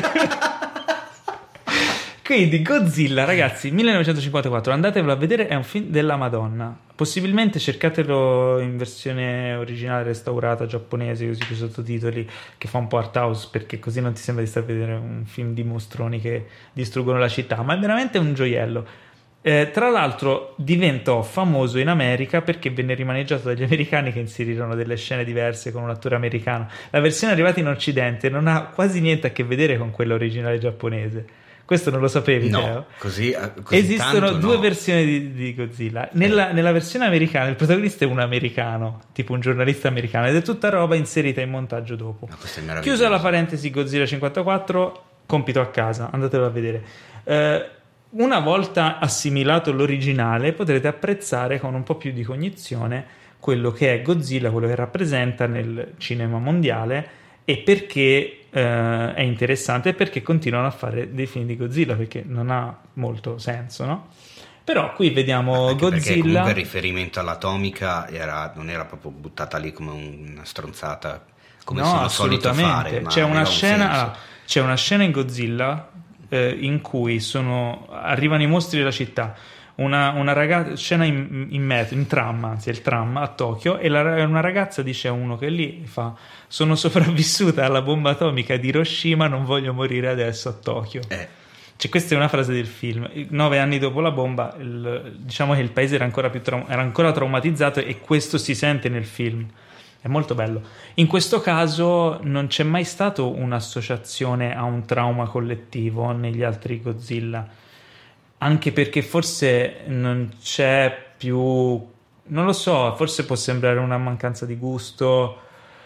Quindi Godzilla, ragazzi, millenovecentocinquantaquattro, andatevelo a vedere, è un film della Madonna. Possibilmente cercatelo in versione originale restaurata giapponese, così con i sottotitoli, che fa un po' art house, perché così non ti sembra di stare a vedere un film di mostroni che distruggono la città, ma è veramente un gioiello. Eh, tra l'altro diventò famoso in America perché venne rimaneggiato dagli americani, che inserirono delle scene diverse con un attore americano. La versione arrivata in Occidente non ha quasi niente a che vedere con quella originale giapponese. Questo non lo sapevi, no, Teo? Così, così Esistono tanto due no. versioni di, di Godzilla. Nella, eh. nella versione americana il protagonista è un americano, tipo un giornalista americano, ed è tutta roba inserita in montaggio dopo. Chiusa la parentesi Godzilla cinquantaquattro, compito a casa, andatelo a vedere. Eh, una volta assimilato l'originale potrete apprezzare con un po' più di cognizione quello che è Godzilla, quello che rappresenta nel cinema mondiale, e perché eh, è interessante, e perché continuano a fare dei film di Godzilla, perché non ha molto senso, no? Però qui vediamo anche Godzilla. Perché comunque il riferimento all'atomica era, non era proprio buttata lì come una stronzata, come no, sono solito fare. C'è una scena, allora, c'è una scena in Godzilla eh, in cui sono arrivano i mostri della città. Una, una ragazza, scena in, in metro, in tram, anzi il tram a Tokyo, e la, una ragazza dice a uno che è lì, fa: sono sopravvissuta alla bomba atomica di Hiroshima, non voglio morire adesso a Tokyo. Eh. Cioè, questa è una frase del film. Nove anni dopo la bomba, il, diciamo che il paese era ancora più traum- era ancora traumatizzato, e questo si sente nel film. È molto bello. In questo caso non c'è mai stato un'associazione a un trauma collettivo negli altri Godzilla, anche perché forse non c'è più, non lo so, forse può sembrare una mancanza di gusto.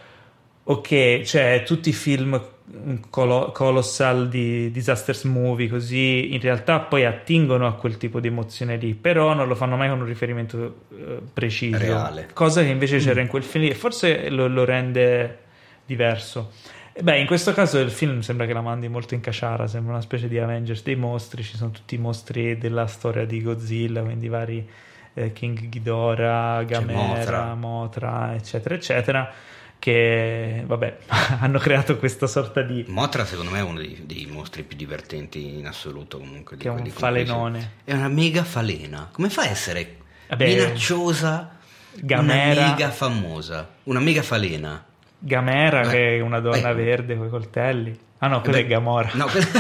Ok, cioè tutti i film colo- colossal di disasters movie così in realtà poi attingono a quel tipo di emozione lì, però non lo fanno mai con un riferimento eh, preciso, reale, cosa che invece c'era in quel film lì, e forse lo, lo rende diverso. E beh, in questo caso il film sembra che la mandi molto in caciara, sembra una specie di Avengers dei mostri, ci sono tutti i mostri della storia di Godzilla, quindi vari eh, King Ghidorah, Gamera, Mothra. Mothra, eccetera eccetera, che vabbè hanno creato questa sorta di Mothra, secondo me è uno dei, dei mostri più divertenti in assoluto, comunque, che di è un falenone, è una mega falena. Come fa a essere vabbè, minacciosa, Gamera, una mega famosa, una mega falena? Gamera, eh, che è una donna eh. verde con i coltelli. Ah no, quella Beh, è Gamora. No, que-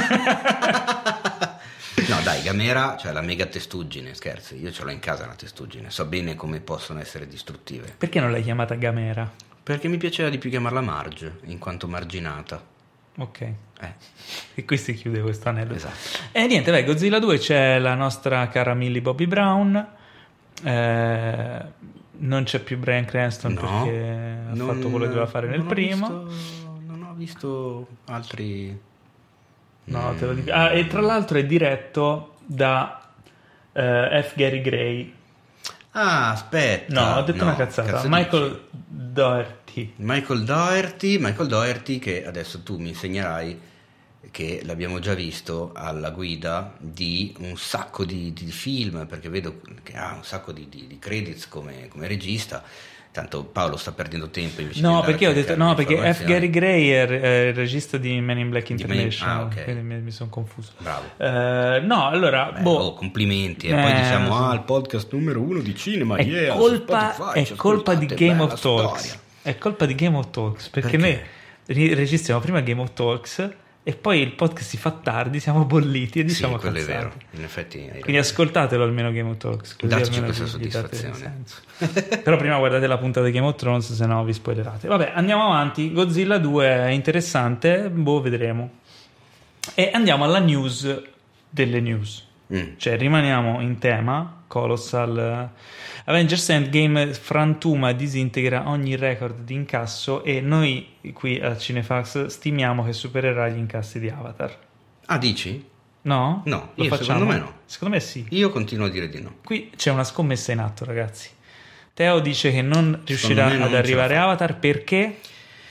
no dai, Gamera, cioè la mega testuggine, scherzi, io ce l'ho in casa una testuggine, so bene come possono essere distruttive. Perché non l'hai chiamata Gamera? Perché mi piaceva di più chiamarla Marge, in quanto marginata. Ok. Eh. E qui si chiude questo anello. Esatto. E niente, vai, Godzilla due, c'è la nostra cara Millie Bobby Brown. Eh, non c'è più Bryan Cranston, no, perché ha non, fatto quello che doveva fare nel primo. Visto, non ho visto altri. No, te lo dico. Ah, e tra l'altro è diretto da eh, F. Gary Gray. Ah, aspetta. No, ho detto no, una cazzata. cazzo Michael dici? Doherty. Michael Doherty, Michael Doherty, che adesso tu mi insegnerai che l'abbiamo già visto alla guida di un sacco di, di film, perché vedo che ha un sacco di, di, di credits come, come regista. Tanto Paolo sta perdendo tempo invece no, di perché ho detto no, perché F. Gary Gray è, è il regista di Men in Black International. Man... ah, okay. Quindi mi, mi sono confuso. Bravo. Eh, no, allora Beh, boh. oh, complimenti. E eh, poi diciamo ah, il podcast numero uno di cinema. È yeah, colpa, Spotify, è colpa di Game of Talks. Storia. È colpa di Game of Talks, perché, perché? noi registriamo prima Game of Talks e poi il podcast si fa tardi, siamo bolliti e diciamo sì, quello cazzate. è vero, in effetti quindi ascoltatelo almeno Game of Talks, così dateci almeno questa vi, soddisfazione. Però prima guardate la puntata di Game of Thrones, se no vi spoilerate. Vabbè, andiamo avanti. Godzilla due è interessante, boh, vedremo. E andiamo alla news delle news. Mm. Cioè rimaniamo in tema Colossal. Avengers Endgame frantuma e disintegra ogni record di incasso, e noi qui a Cinefax stimiamo che supererà gli incassi di Avatar. Ah, dici? No? No, Lo io, facciamo? secondo me no. Secondo me sì. Io continuo a dire di no. Qui c'è una scommessa in atto, ragazzi. Teo dice che non riuscirà ad arrivare Avatar perché?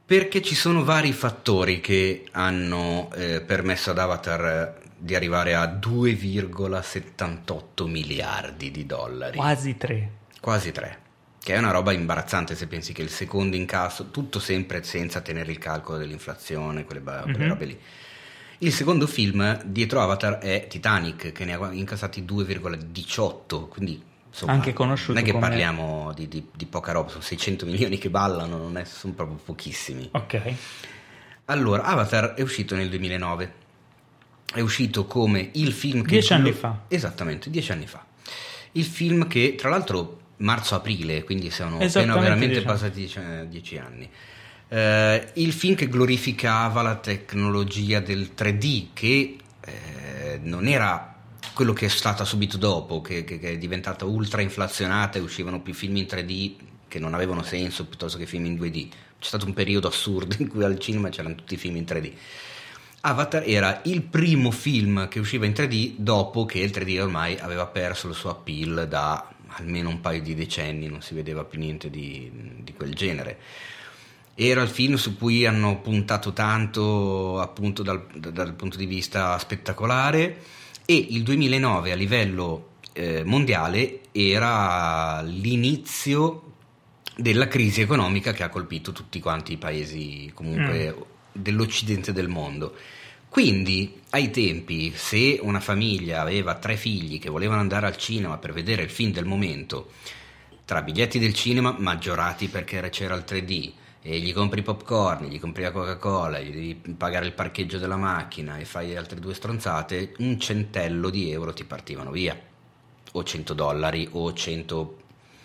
Perché ci sono vari fattori che hanno eh, permesso ad Avatar di arrivare a due virgola settantotto miliardi di dollari. Quasi tre. Quasi tre. Che è una roba imbarazzante se pensi che il secondo incasso, tutto sempre senza tenere il calcolo dell'inflazione, quelle, ba- quelle Mm-hmm. robe lì. Il secondo film dietro Avatar è Titanic, che ne ha incassati due virgola diciotto, quindi insomma, anche conosciuto non è che come... parliamo di, di, di poca roba, sono seicento milioni che ballano, non è, sono proprio pochissimi. Ok. Allora, Avatar è uscito nel duemilanove, è uscito come il film che... Dieci anni fa. Esattamente, dieci anni fa. Il film che, tra l'altro, marzo-aprile, quindi sono appena Esattamente veramente dieci anni. passati dieci, dieci anni. Eh, il film che glorificava la tecnologia del tre D, che eh, non era quello che è stata subito dopo, che, che, che è diventata ultra inflazionata e uscivano più film in tre D che non avevano senso piuttosto che film in due D. C'è stato un periodo assurdo in cui al cinema c'erano tutti i film in tre D. Avatar era il primo film che usciva in tre D dopo che il tre D ormai aveva perso il suo appeal da almeno un paio di decenni, non si vedeva più niente di, di quel genere. Era il film su cui hanno puntato tanto appunto dal, dal punto di vista spettacolare, e il duemilanove a livello eh, mondiale era l'inizio della crisi economica che ha colpito tutti quanti i paesi comunque mm. dell'occidente del mondo. Quindi ai tempi, se una famiglia aveva tre figli che volevano andare al cinema per vedere il film del momento, tra biglietti del cinema maggiorati perché c'era il tre D, e gli compri popcorn, gli compri la Coca-Cola, gli devi pagare il parcheggio della macchina e fai altre due stronzate, un centello di euro ti partivano via, o cento dollari o cento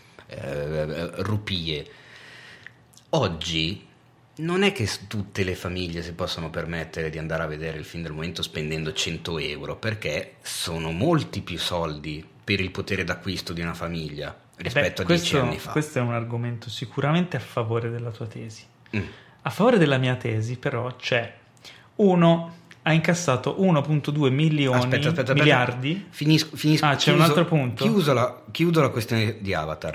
eh, rupie. Oggi non è che tutte le famiglie si possono permettere di andare a vedere il film del momento spendendo cento euro, perché sono molti più soldi per il potere d'acquisto di una famiglia rispetto Beh, a dieci questo, anni fa. Questo è un argomento sicuramente a favore della tua tesi. Mm. A favore della mia tesi, però, c'è uno ha incassato uno virgola due milioni aspetta, aspetta, miliardi. aspetta. Finisco, finisco, ah, c'è chiuso, un altro punto. Chiuso la, chiudo la questione di Avatar.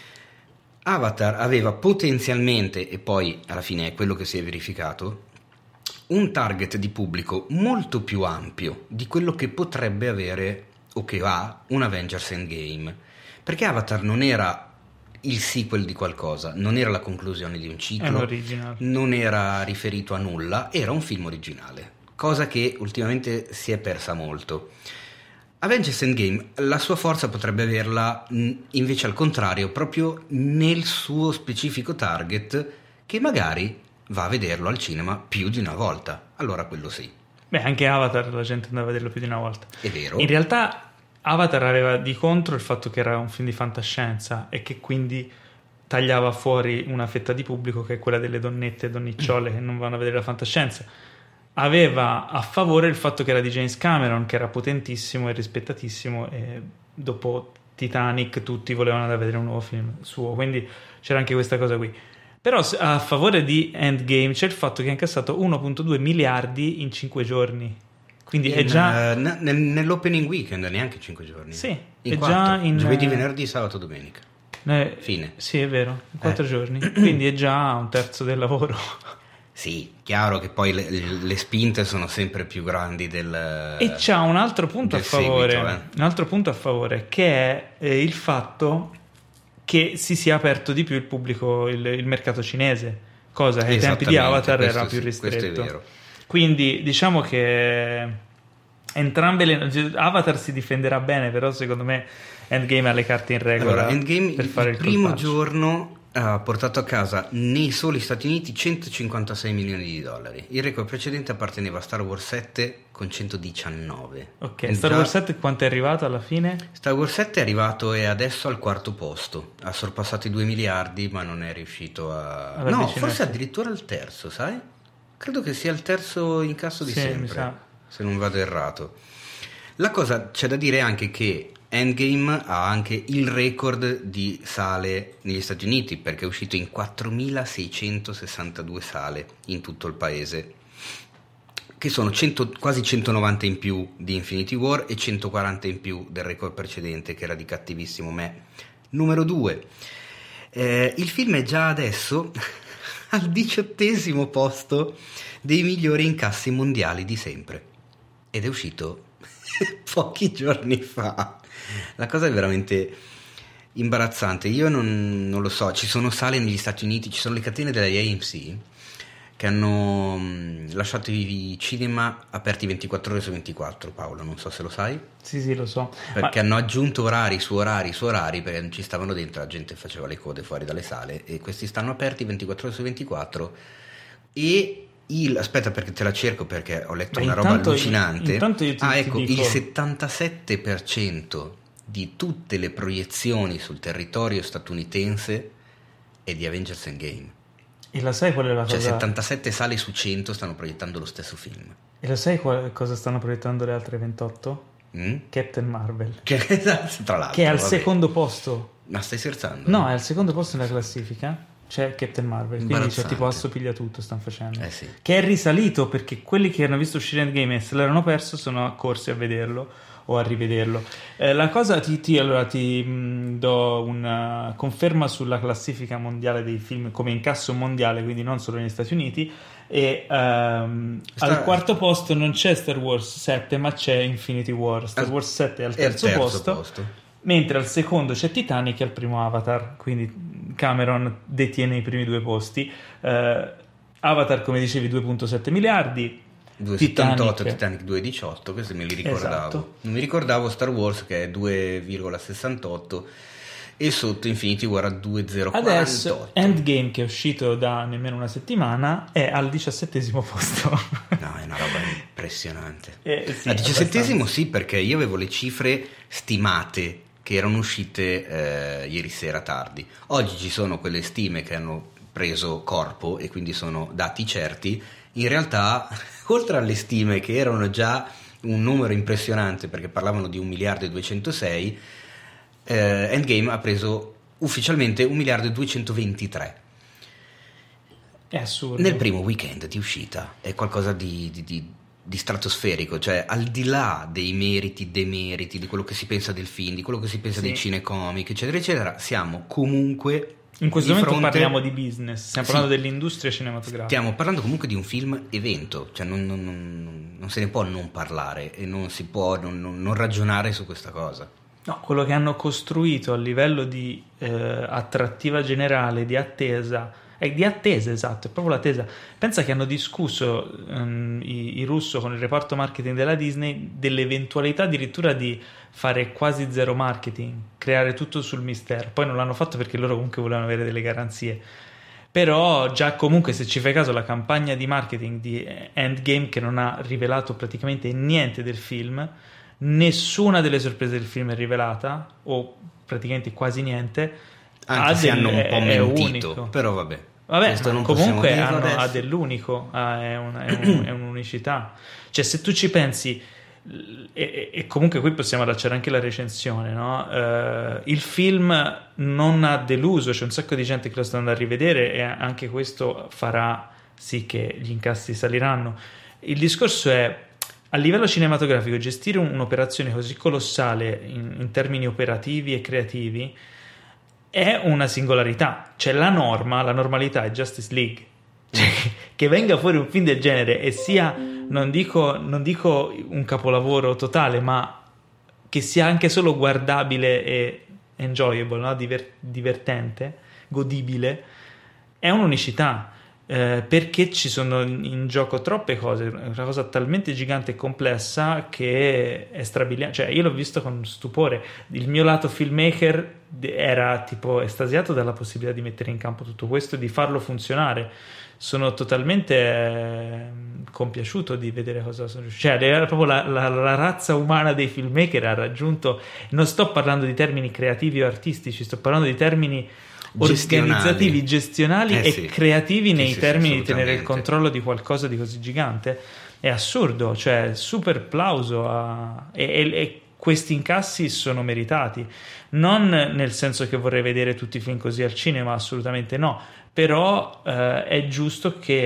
Avatar aveva potenzialmente, e poi alla fine è quello che si è verificato, un target di pubblico molto più ampio di quello che potrebbe avere o che ha un Avengers Endgame. Perché Avatar non era il sequel di qualcosa, non era la conclusione di un ciclo, non era riferito a nulla, era un film originale, cosa che ultimamente si è persa molto. Avengers Endgame la sua forza potrebbe averla invece al contrario, proprio nel suo specifico target, che magari va a vederlo al cinema più di una volta. Allora quello sì. Beh, anche Avatar la gente andava a vederlo più di una volta. È vero. In realtà Avatar aveva di contro il fatto che era un film di fantascienza e che quindi tagliava fuori una fetta di pubblico che è quella delle donnette e donnicciole che non vanno a vedere la fantascienza. Aveva a favore il fatto che era di James Cameron, che era potentissimo e rispettatissimo, e dopo Titanic tutti volevano andare a vedere un nuovo film suo, quindi c'era anche questa cosa qui. Però a favore di Endgame c'è il fatto che ha incassato uno virgola due miliardi in cinque giorni. Quindi in, è già uh, n- nell'opening weekend, neanche cinque giorni. Sì, in è quattro. già in giovedì, venerdì, sabato, domenica. Eh, Fine. Sì, è vero, in quattro eh. giorni. Quindi è già un terzo del lavoro. Sì, chiaro che poi le, le spinte sono sempre più grandi del E c'ha un altro punto a favore, seguito, eh. un altro punto a favore, che è eh, il fatto che si sia aperto di più il pubblico, il, il mercato cinese, cosa che ai tempi di Avatar era più sì, ristretto. questo è vero. Quindi diciamo che entrambe le Avatar si difenderà bene, però secondo me Endgame ha le carte in regola. Allora, Endgame per il, fare il il primo colpaccio. giorno ha portato a casa nei soli Stati Uniti centocinquantasei milioni di dollari. Il record precedente apparteneva a Star Wars sette con centodiciannove. Ok, Quindi Star già... Wars sette quanto è arrivato alla fine? Star Wars sette è arrivato e adesso al quarto posto. Ha sorpassato i due miliardi, ma non è riuscito a... Alla no, vicinanza. forse addirittura al terzo, sai? Credo che sia il terzo incasso di Sì, mi sempre, sa. se non vado errato. La cosa, c'è da dire anche che Endgame ha anche il record di sale negli Stati Uniti, perché è uscito in quattromilaseicentosessantadue sale in tutto il paese, che sono cento, quasi centonovanta in più di Infinity War e centoquaranta in più del record precedente, che era di Cattivissimo Me numero due. Eh, il film è già adesso al diciottesimo posto dei migliori incassi mondiali di sempre, ed è uscito pochi giorni fa. La cosa è veramente imbarazzante. Io non, non lo so, ci sono sale negli Stati Uniti, ci sono le catene della A M C che hanno mh, lasciato i cinema aperti ventiquattro ore su ventiquattro, Paolo, non so se lo sai. Sì, sì, lo so. Perché Ma... hanno aggiunto orari su orari su orari, perché non ci stavano dentro, la gente faceva le code fuori dalle sale, e questi stanno aperti ventiquattro ore su ventiquattro. E il, aspetta, perché te la cerco, perché ho letto Ma una roba intanto, allucinante. Intanto io ti, ah ti ecco, dico... il settantasette per cento di tutte le proiezioni sul territorio statunitense è di Avengers Endgame. E la sai qual è la Cioè cosa? settantasette sale su cento stanno proiettando lo stesso film. E lo sai qual... cosa stanno proiettando le altre ventotto? Mm? Captain Marvel. Che, tra l'altro, che è al vabbè. secondo posto. Ma stai scherzando? No, è al secondo posto nella classifica. C'è Captain Marvel, quindi c'è Imbarazzante. tipo assopiglia tutto, stanno facendo. Eh sì. Che è risalito, perché quelli che hanno visto uscire Endgame e se l'erano perso sono accorsi a vederlo o a rivederlo. Eh, la cosa ti, ti allora ti mh, do una conferma sulla classifica mondiale dei film come incasso mondiale, quindi non solo negli Stati Uniti. E um, Sta... al quarto posto non c'è Star Wars sette, ma c'è Infinity War. Star Wars sette è al terzo, terzo posto, posto, mentre al secondo c'è Titanic e al primo Avatar, quindi Cameron detiene i primi due posti. uh, Avatar, come dicevi, due virgola sette miliardi, due virgola settantotto, Titanic, Titanic due virgola diciotto, questo me li ricordavo. Esatto. Non mi ricordavo Star Wars che è due virgola sessantotto e sotto Infinity War a due virgola zero quarantotto. Adesso Endgame, che è uscito da nemmeno una settimana, è al diciassettesimo posto. No, è una roba impressionante. Eh, sì, al diciassettesimo abbastanza. sì, perché io avevo le cifre stimate che erano uscite eh, ieri sera tardi. Oggi ci sono quelle stime che hanno preso corpo e quindi sono dati certi. In realtà, oltre alle stime che erano già un numero impressionante, perché parlavano di un miliardo e duecentosei, eh, Endgame ha preso ufficialmente un miliardo e duecentoventitré. È assurdo. Nel primo weekend di uscita. È qualcosa di, di, di, di stratosferico, cioè al di là dei meriti, demeriti, di quello che si pensa del film, di quello che si pensa Sì. dei cinecomic, eccetera, eccetera, siamo comunque... In questo di momento fronte... parliamo di business, stiamo Sì. parlando dell'industria cinematografica. Stiamo parlando comunque di un film evento, cioè non, non, non, non se ne può non parlare e non si può non, non, non ragionare su questa cosa. No, quello che hanno costruito a livello di eh, attrattiva generale, di attesa, è di attesa, esatto, è proprio l'attesa. Pensa che hanno discusso um, i, i russo con il reparto marketing della Disney dell'eventualità addirittura di fare quasi zero marketing, creare tutto sul mistero. Poi non l'hanno fatto perché loro comunque volevano avere delle garanzie. Però già comunque, se ci fai caso, la campagna di marketing di Endgame, che non ha rivelato praticamente niente del film, nessuna delle sorprese del film è rivelata, o praticamente quasi niente, Anche se del, hanno un po' è, è mentito, unico. però vabbè. Vabbè, Questo ma non comunque possiamo hanno, dirlo ha adesso. dell'unico, ha- è, una- è un- è un'unicità. Cioè, se tu ci pensi, e, e comunque qui possiamo allacciare anche la recensione, no? Eh, il film non ha deluso, c'è un sacco di gente che lo sta andando a rivedere e anche questo farà sì che gli incassi saliranno. Il discorso è, a livello cinematografico, gestire un- un'operazione così colossale in, in termini operativi e creativi è una singolarità. Cioè, la norma, la normalità è Justice League. Cioè, che venga fuori un film del genere e sia, non dico, non dico un capolavoro totale, ma che sia anche solo guardabile e enjoyable, no? Diver- divertente, godibile, è un'unicità. Eh, perché ci sono in, in gioco troppe cose, una cosa talmente gigante e complessa che è strabiliante. Cioè, io l'ho visto con stupore. Il mio lato filmmaker era tipo estasiato dalla possibilità di mettere in campo tutto questo e di farlo funzionare. Sono totalmente eh, compiaciuto di vedere cosa sono riuscito. Cioè, era proprio la, la, la razza umana dei filmmaker ha raggiunto. Non sto parlando di termini creativi o artistici, sto parlando di termini organizzativi, gestionali eh e sì. creativi sì, nei sì, termini sì, di tenere il controllo di qualcosa di così gigante. È assurdo, cioè super plauso a... e, e, e questi incassi sono meritati, non nel senso che vorrei vedere tutti i film così al cinema, assolutamente no, però eh, è giusto che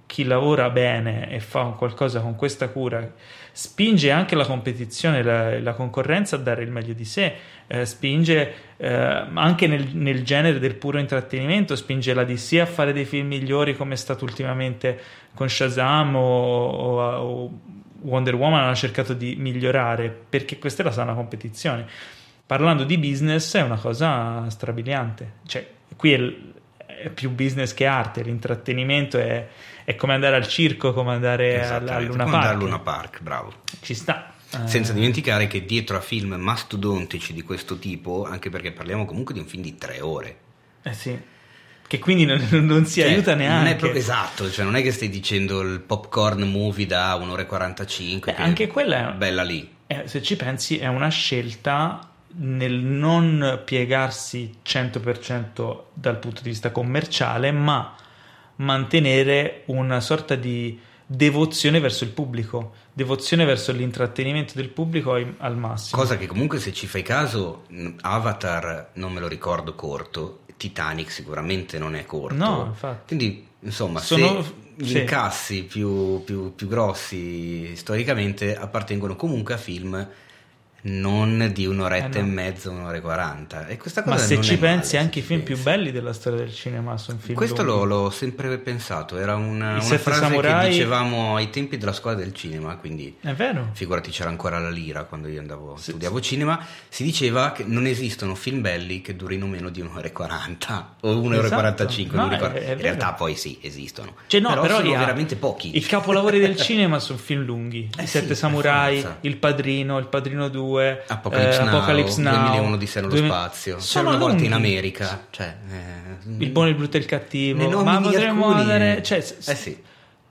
chi lavora bene e fa qualcosa con questa cura spinge anche la competizione, la, la concorrenza a dare il meglio di sé, eh, spinge eh, anche nel, nel genere del puro intrattenimento, spinge la D C a fare dei film migliori come è stato ultimamente con Shazam o, o, o Wonder Woman ha cercato di migliorare, perché questa è la sana competizione. Parlando di business è una cosa strabiliante, cioè qui è, è più business che arte, l'intrattenimento è, è come andare al circo, come andare al, al Luna come Park. andare al Luna Park, bravo. Ci sta. Senza dimenticare che dietro a film mastodontici di questo tipo, anche perché parliamo comunque di un film di tre ore. Eh sì. Che quindi non, non si cioè, aiuta neanche. Non è proprio esatto, cioè non è che stai dicendo il popcorn movie da un'ora e quarantacinque. Beh, che anche quella è bella lì. Eh, se ci pensi è una scelta nel non piegarsi cento per cento dal punto di vista commerciale, ma mantenere una sorta di devozione verso il pubblico, devozione verso l'intrattenimento del pubblico al massimo. Cosa che comunque, se ci fai caso, Avatar non me lo ricordo corto, Titanic sicuramente non è corto. No, infatti. Quindi, insomma, Sono... se gli sì. incassi più, più, più grossi storicamente appartengono comunque a film non di un'oretta eh no. e mezza, un'ora e quaranta. E questa cosa Ma se non ci è pensi, male, anche i film pensi. più belli della storia del cinema sono film Questo lunghi. l'ho, l'ho sempre pensato, era una, una Sette frase Samurai... che dicevamo ai tempi della scuola del cinema, quindi è vero. Figurati, c'era ancora la lira quando io andavo, sì, studiavo sì. cinema, si diceva che non esistono film belli che durino meno di un'ora e quaranta o un'ora Esatto. e quarantacinque, No, non ricordo. è- è in vero. realtà poi sì, esistono, Cioè, no, però, però sono ha- veramente pochi. I capolavori del cinema sono film lunghi. Eh I sì, Sette per Samurai, forza. Il Padrino, Il Padrino due, Apocalypse eh, Now, Apocalypse Now, duemilauno Odissea nello duemi- spazio, c'era sono una volta lunghi. in America, cioè, eh, Il buono, il brutto e il cattivo. ne nomini Ma potremmo alcuni, andare, cioè, s- eh sì.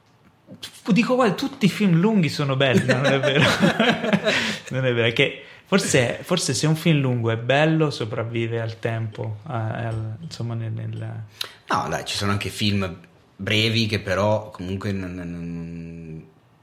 dico guarda, tutti i film lunghi sono belli, non è vero. Non è vero, è che forse, forse se un film lungo è bello sopravvive al tempo, eh, al- insomma nel, nel... No, dai, ci sono anche film brevi che però comunque non, non,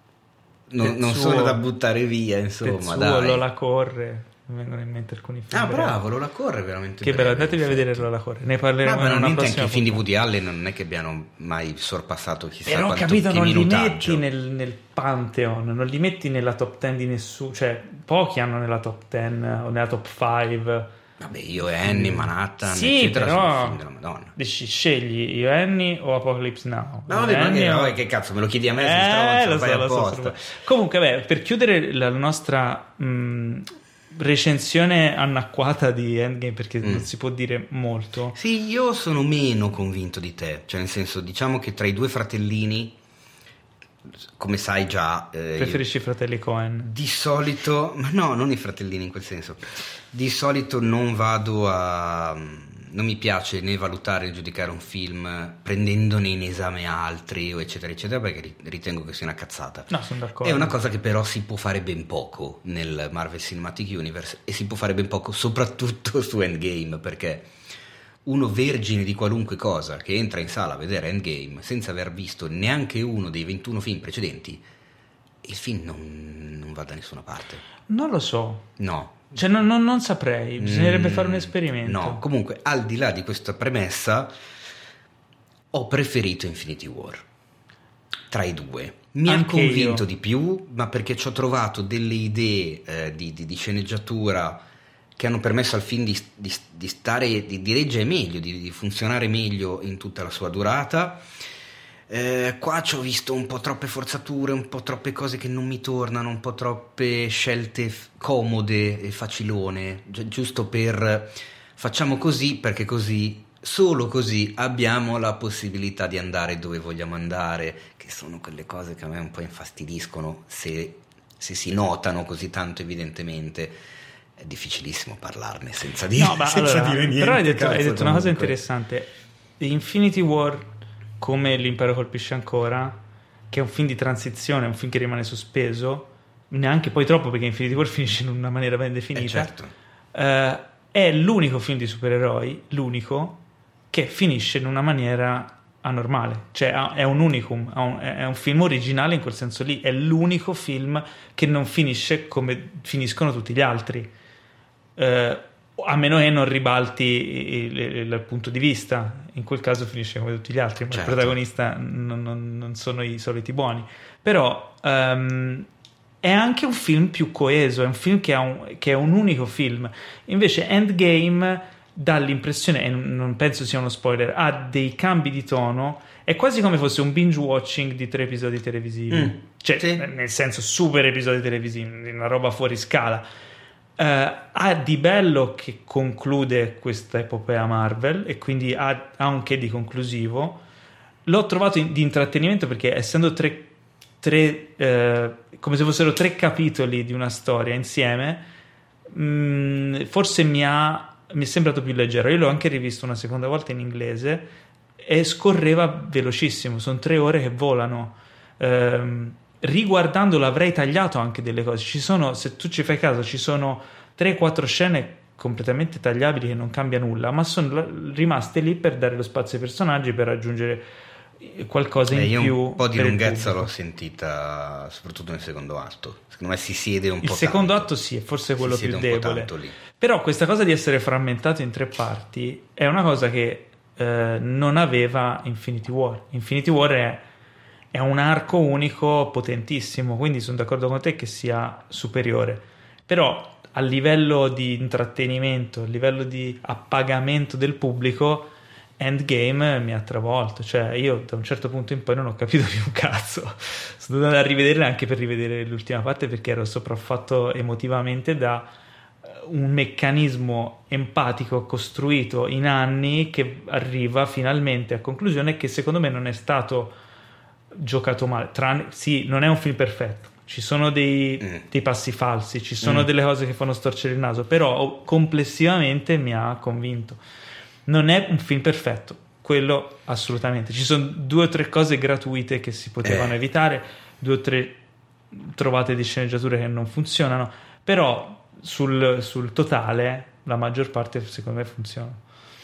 non, non sono da buttare via, insomma, Tetsuo, dai. Lola corre, mi vengono in mente alcuni film. Ah, brevi. bravo, Lola corre veramente Che breve, bello, andatevi a in effetti. vedere Lola corre. Ne Ma parleremo in una banalmente anche prossima i film di puntata. Woody Allen non è che abbiano mai sorpassato chissà Però quanto capito, che non li minutaggio. metti nel, nel Pantheon, non li metti nella top ten di nessuno, cioè pochi hanno nella top ten o nella top five. Vabbè, io e Annie, Manhattan, Sì, eccetera, sono però film della Madonna. dici, scegli Io Annie o Apocalypse Now. No, vabbè, ma Annie che, o- vabbè, che cazzo, me lo chiedi a me, Eh, sei stronzo, lo fai so, lo so, apposta. lo so. Comunque, beh, per chiudere la nostra mh, recensione annacquata di Endgame, perché Mm. non si può dire molto. Sì, io sono meno convinto di te, cioè nel senso, diciamo che tra i due fratellini, come sai già, eh, io- Preferisci i fratelli Coen? di solito, ma no, non i fratellini in quel senso, di solito non vado a, non mi piace né valutare né giudicare un film prendendone in esame altri o eccetera eccetera, perché ri- ritengo che sia una cazzata. No, sono d'accordo. È una cosa che però si può fare ben poco nel Marvel Cinematic Universe e si può fare ben poco soprattutto su Endgame, perché uno vergine di qualunque cosa che entra in sala a vedere Endgame senza aver visto neanche uno dei ventuno film precedenti, il film non, non va da nessuna parte. Non lo so. No. Cioè, non, non- non saprei, bisognerebbe Mm, fare un esperimento. No, comunque, al di là di questa premessa, ho preferito Infinity War tra i due. Mi ha Anche convinto io. di più, ma perché ci ho trovato delle idee eh, di, di- di sceneggiatura che hanno permesso al film di, di- di stare, di, di reggere meglio, di, di funzionare meglio in tutta la sua durata. Eh, qua ci ho visto un po' troppe forzature, un po' troppe cose che non mi tornano, un po' troppe scelte f- comode e facilone, gi- giusto per facciamo così perché così, solo così abbiamo la possibilità di andare dove vogliamo andare, che sono quelle cose che a me un po' infastidiscono se, se si notano così tanto evidentemente. È difficilissimo parlarne senza dire, No, ma senza allora, dire niente. però hai detto, hai cazzo, detto una cosa comunque. interessante. Infinity War, come L'impero colpisce ancora, che è un film di transizione, un film che rimane sospeso, neanche poi troppo perché Infinity War finisce in una maniera ben definita. Eh, certo. Eh, è l'unico film di supereroi, l'unico, che finisce in una maniera anormale, cioè ha- è un unicum, ha un- è un film originale in quel senso lì, è l'unico film che non finisce come finiscono tutti gli altri. Eh, a meno che non ribalti il, il, il punto di vista, in quel caso finisce come tutti gli altri, ma certo. Il protagonista non, non, non sono i soliti buoni, però um, è anche un film più coeso, è un film che, ha un, che è un unico film. Invece Endgame dà l'impressione, e non penso sia uno spoiler, ha dei cambi di tono, è quasi come fosse un binge watching di tre episodi televisivi, mm, cioè sì. Nel senso super episodi televisivi, una roba fuori scala. Uh, ha di bello che conclude questa epopea Marvel e quindi ha, ha un che di conclusivo. L'ho trovato in, di intrattenimento perché essendo tre, tre uh, come se fossero tre capitoli di una storia insieme, mh, forse mi ha mi è sembrato più leggero. Io l'ho anche rivisto una seconda volta in inglese e scorreva velocissimo, sono tre ore che volano. uh, Riguardandolo avrei tagliato anche delle cose. Ci sono, se tu ci fai caso, ci sono tre quattro scene completamente tagliabili che non cambia nulla, ma sono rimaste lì per dare lo spazio ai personaggi, per aggiungere qualcosa in eh, io più. Un po' di lunghezza l'ho sentita soprattutto nel secondo atto. Secondo me si siede un Il po' Il secondo tanto. atto sì, è forse quello si più debole. Lì. Però questa cosa di essere frammentato in tre parti è una cosa che eh, non aveva Infinity War. Infinity War è è un arco unico potentissimo, quindi sono d'accordo con te che sia superiore, però a livello di intrattenimento, a livello di appagamento del pubblico, Endgame mi ha travolto. Cioè io da un certo punto in poi non ho capito più un cazzo, sono dovuto andare a rivederla anche per rivedere l'ultima parte perché ero sopraffatto emotivamente da un meccanismo empatico costruito in anni che arriva finalmente a conclusione, che secondo me non è stato giocato male. Tranne, sì, non è un film perfetto, ci sono dei, mm. dei passi falsi, ci sono mm. delle cose che fanno storcere il naso, però complessivamente mi ha convinto. Non è un film perfetto, quello assolutamente. Ci sono due o tre cose gratuite che si potevano eh. evitare, due o tre trovate di sceneggiature che non funzionano, però sul, sul totale la maggior parte secondo me funziona.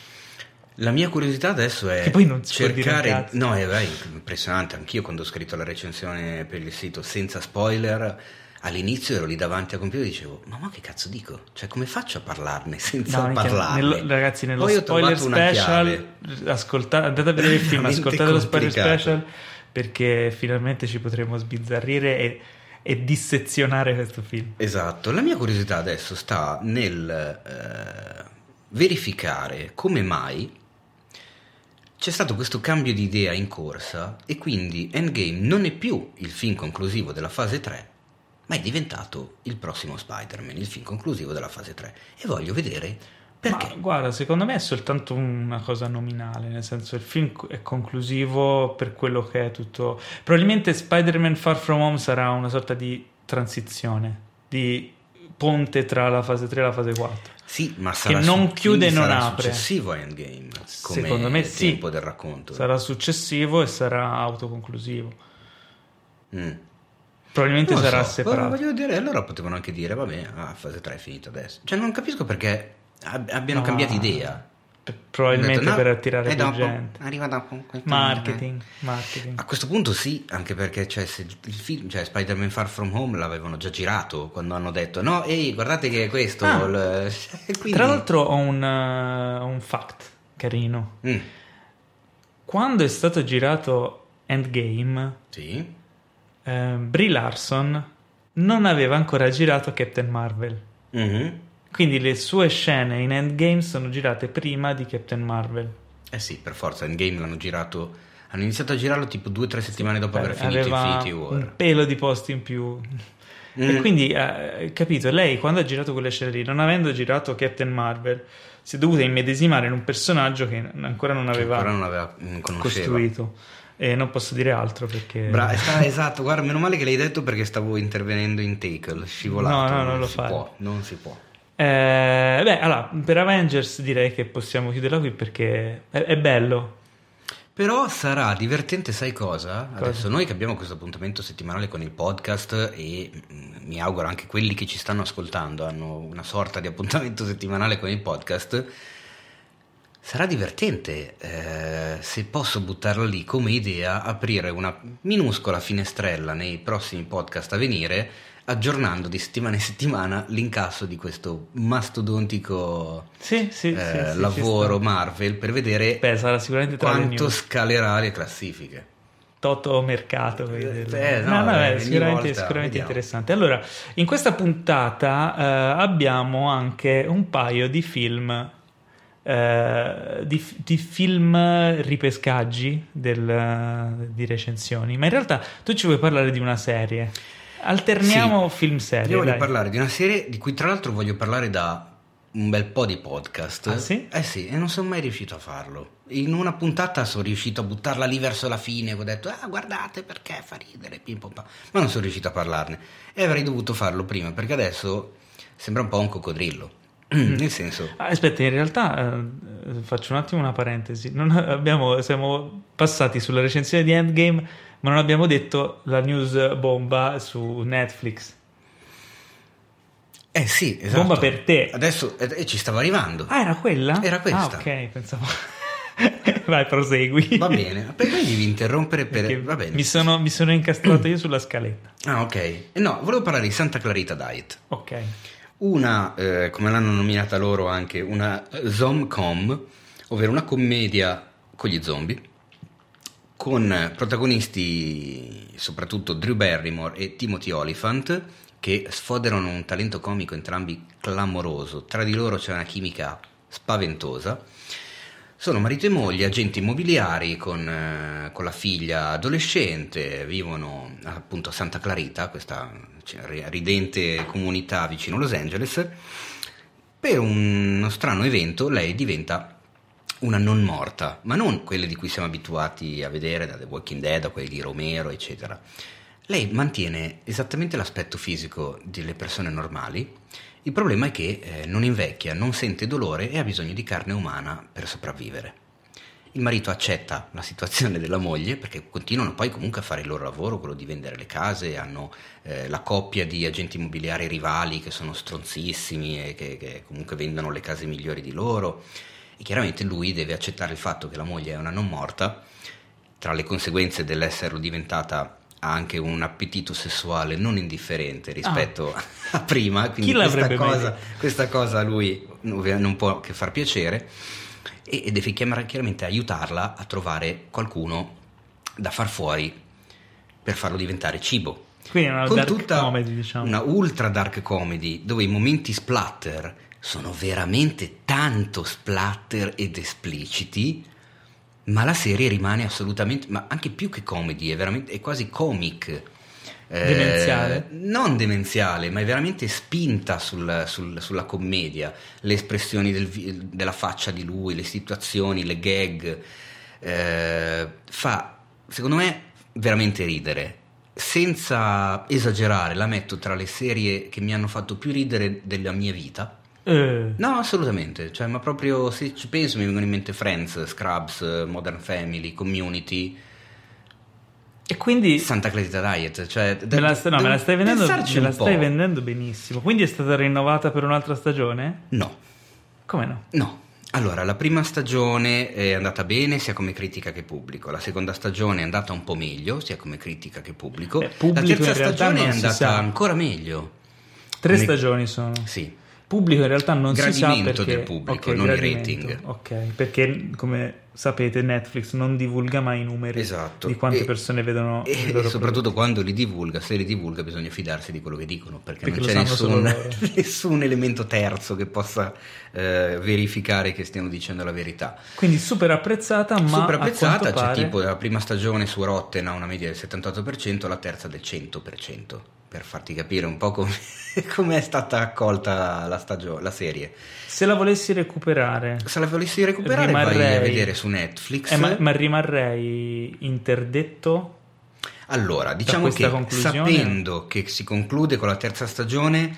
La mia curiosità adesso è che poi non si cercare, no, è, è impressionante. Anch'io quando ho scritto la recensione per il sito senza spoiler, all'inizio ero lì davanti al computer e dicevo ma, ma che cazzo dico? Cioè come faccio a parlarne senza no, parlarne? Nello, ragazzi, nello poi spoiler special ascoltate, andate a vedere il film, ascoltate lo spoiler special perché finalmente ci potremo sbizzarrire e, e dissezionare questo film. Esatto. La mia curiosità adesso sta nel eh, verificare come mai c'è stato questo cambio di idea in corsa e quindi Endgame non è più il film conclusivo della fase tre, ma è diventato il prossimo Spider-Man, il film conclusivo della fase tre, e voglio vedere perché. Ma guarda, secondo me è soltanto una cosa nominale, nel senso il film è conclusivo per quello che è tutto. Probabilmente Spider-Man Far From Home sarà una sorta di transizione, di ponte tra la fase tre e la fase quattro. Sì, ma sarà che non su- chiude e non sarà apre. successivo a Endgame, come secondo me tempo sì, del racconto. Sarà successivo e sarà autoconclusivo. Mm. Probabilmente Non lo sarà so, separato. Voglio dire, allora potevano anche dire, vabbè, ah, fase tre è finita adesso. Cioè non capisco perché ab- abbiano No, cambiato idea. p- Probabilmente Detto, no, per attirare è più dopo, gente. arriva dopo. questo Marketing, è- marketing. A questo punto sì, anche perché cioè, se il film, cioè Spider-Man Far From Home l'avevano già girato quando hanno detto no, ehi, guardate che è questo. Ah, il... Quindi... Tra l'altro ho un, uh, un fact carino. Mm. Quando è stato girato Endgame, Sì. eh, Brie Larson non aveva ancora girato Captain Marvel. Mm-hmm. Quindi le sue scene in Endgame sono girate prima di Captain Marvel. Eh sì, per forza, Endgame l'hanno girato, hanno iniziato a girarlo tipo due o tre settimane dopo aver finito Aveva Infinity War. un pelo di posto in più. Mm. E quindi, eh, capito, lei quando ha girato quelle scene lì, non avendo girato Captain Marvel, si è dovuta immedesimare in un personaggio che ancora non aveva, Ancora non aveva non conosceva. costruito. E non posso dire altro perché... Bra- sta, esatto, guarda, meno male che l'hai detto perché stavo intervenendo in tackle, scivolato. No, no, non lo si fai. può, non si può. Eh, beh, allora, per Avengers direi che possiamo chiuderla qui perché è, è bello. Però sarà divertente, sai cosa? Cosa? Adesso noi che abbiamo questo appuntamento settimanale con il podcast e mm, mi auguro anche quelli che ci stanno ascoltando hanno una sorta di appuntamento settimanale con il podcast. Sarà divertente, eh, se posso buttarlo lì come idea, aprire una minuscola finestrella nei prossimi podcast a venire aggiornando di settimana in settimana l'incasso di questo mastodontico sì, sì, eh, sì, lavoro sì, Marvel per vedere Beh, sarà sicuramente tra quanto scalerà le classifiche. Toto mercato, eh, no, no, no, eh, è sicuramente, volta, sicuramente interessante. Allora, in questa puntata eh, abbiamo anche un paio di film eh, di, di film ripescaggi del, di recensioni, ma in realtà tu ci vuoi parlare di una serie. Alterniamo sì, film serie. Io voglio dai. parlare di una serie di cui tra l'altro voglio parlare da un bel po' di podcast. Ah, sì? Eh sì, e non sono mai riuscito a farlo. In una puntata sono riuscito a buttarla lì verso la fine, ho detto ah guardate perché fa ridere, pim pom pam. Ma non sono riuscito a parlarne e avrei dovuto farlo prima, perché adesso sembra un po' un coccodrillo. Mm. Nel senso ah, aspetta, in realtà eh, faccio un attimo una parentesi. Non abbiamo, siamo passati sulla recensione di Endgame, ma non abbiamo detto la news bomba su Netflix. Eh sì, esatto. Bomba per te. Adesso eh, ci stava arrivando. Ah, era quella? Era questa. Ah, ok, pensavo. Vai, prosegui. Va bene, perché devi interrompere per... Perché Va bene. Mi sono, mi sono incastrato io sulla scaletta. Ah, ok. No, volevo parlare di Santa Clarita Diet. Ok. Una, eh, come l'hanno nominata loro anche, una zomcom, ovvero una commedia con gli zombie, con protagonisti soprattutto Drew Barrymore e Timothy Olyphant, che sfoderano un talento comico entrambi clamoroso. Tra di loro c'è una chimica spaventosa. Sono marito e moglie, agenti immobiliari con, eh, con la figlia adolescente, vivono appunto a Santa Clarita, questa ridente comunità vicino Los Angeles. Per uno strano evento lei diventa una non morta, ma non quelle di cui siamo abituati a vedere da The Walking Dead, da quelli di Romero, eccetera. Lei mantiene esattamente l'aspetto fisico delle persone normali. Il problema è che eh, non invecchia, non sente dolore e ha bisogno di carne umana per sopravvivere. Il marito accetta la situazione della moglie perché continuano poi comunque a fare il loro lavoro, quello di vendere le case, hanno eh, la coppia di agenti immobiliari rivali che sono stronzissimi e che, che comunque vendono le case migliori di loro, e chiaramente lui deve accettare il fatto che la moglie è una non morta. Tra le conseguenze dell'esserlo diventata ha anche un appetito sessuale non indifferente rispetto ah. a prima, quindi Chi questa cosa, questa cosa a lui non può che far piacere, e deve chiaramente aiutarla a trovare qualcuno da far fuori per farlo diventare cibo. Quindi è una con dark tutta comedy, diciamo. Una ultra dark comedy dove i momenti splatter sono veramente tanto splatter ed espliciti, ma la serie rimane assolutamente, ma anche più che comedy, è veramente, è quasi comic. Demenziale? Eh, non demenziale, ma è veramente spinta sul, sul, sulla commedia. Le espressioni del, della faccia di lui, le situazioni, le gag, eh, fa, secondo me, veramente ridere. Senza esagerare, la metto tra le serie che mi hanno fatto più ridere della mia vita. Eh. No, assolutamente, cioè, ma proprio se ci penso mi vengono in mente Friends, Scrubs, Modern Family, Community e quindi Santa Clarita Diet, cioè me la, st- no, me la stai vendendo, me la stai po'. vendendo benissimo. Quindi è stata rinnovata per un'altra stagione? No. Come no? No. Allora, la prima stagione è andata bene sia come critica che pubblico, la seconda stagione è andata un po' meglio sia come critica che pubblico, eh, pubblico la terza stagione è non andata ancora meglio. Tre come... stagioni sono. Sì. Pubblico in realtà non si sa Gradimento perché del pubblico, okay, non i rating. Ok, perché come sapete Netflix non divulga mai i numeri esatto. di quante e, persone vedono e, i loro e soprattutto prodotti. Quando li divulga, se li divulga bisogna fidarsi di quello che dicono, perché, perché non c'è nessun, nessun elemento terzo che possa eh, verificare che stiano dicendo la verità. Quindi super apprezzata, ma super apprezzata, c'è pare... tipo la prima stagione su Rotten ha una media del settantotto per cento, la terza del cento per cento, per farti capire un po' come come è stata accolta la stagione, la serie. Se la volessi recuperare, se la volessi recuperare rimarrei... vai a vedere su Netflix. Eh, ma, ma rimarrei interdetto? Allora, diciamo che sapendo che si conclude con la terza stagione,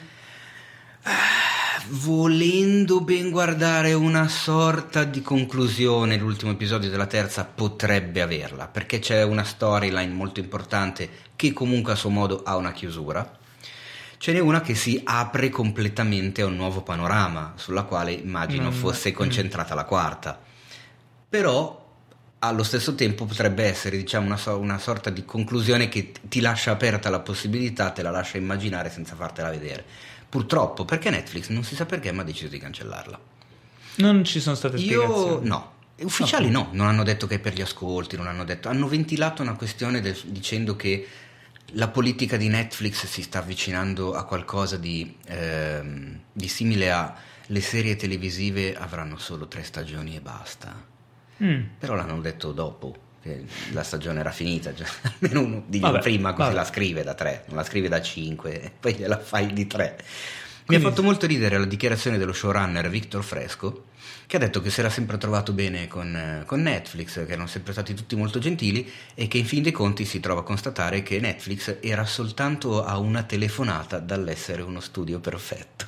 volendo ben guardare una sorta di conclusione, l'ultimo episodio della terza potrebbe averla, perché c'è una storyline molto importante che comunque a suo modo ha una chiusura. Ce n'è una che si apre completamente a un nuovo panorama, sulla quale immagino mm, fosse concentrata mm. la quarta. Però allo stesso tempo potrebbe essere, diciamo, una, so- una sorta di conclusione che ti lascia aperta la possibilità, te la lascia immaginare senza fartela vedere. Purtroppo, perché Netflix non si sa perché, ma ha deciso di cancellarla. Non ci sono state spiegazioni? Io no. Ufficiali no, non hanno detto che è per gli ascolti, non hanno detto, hanno ventilato una questione del, dicendo che la politica di Netflix si sta avvicinando a qualcosa di, ehm, di simile a le serie televisive avranno solo tre stagioni e basta. Mm. Però l'hanno detto dopo che la stagione era finita, cioè, almeno uno di prima così vabbè. La scrive da tre, non la scrive da cinque e poi gliela fai di tre. Mi Quindi... ha fatto molto ridere la dichiarazione dello showrunner Victor Fresco, che ha detto che si era sempre trovato bene con, con Netflix, che erano sempre stati tutti molto gentili e che in fin dei conti si trova a constatare che Netflix era soltanto a una telefonata dall'essere uno studio perfetto.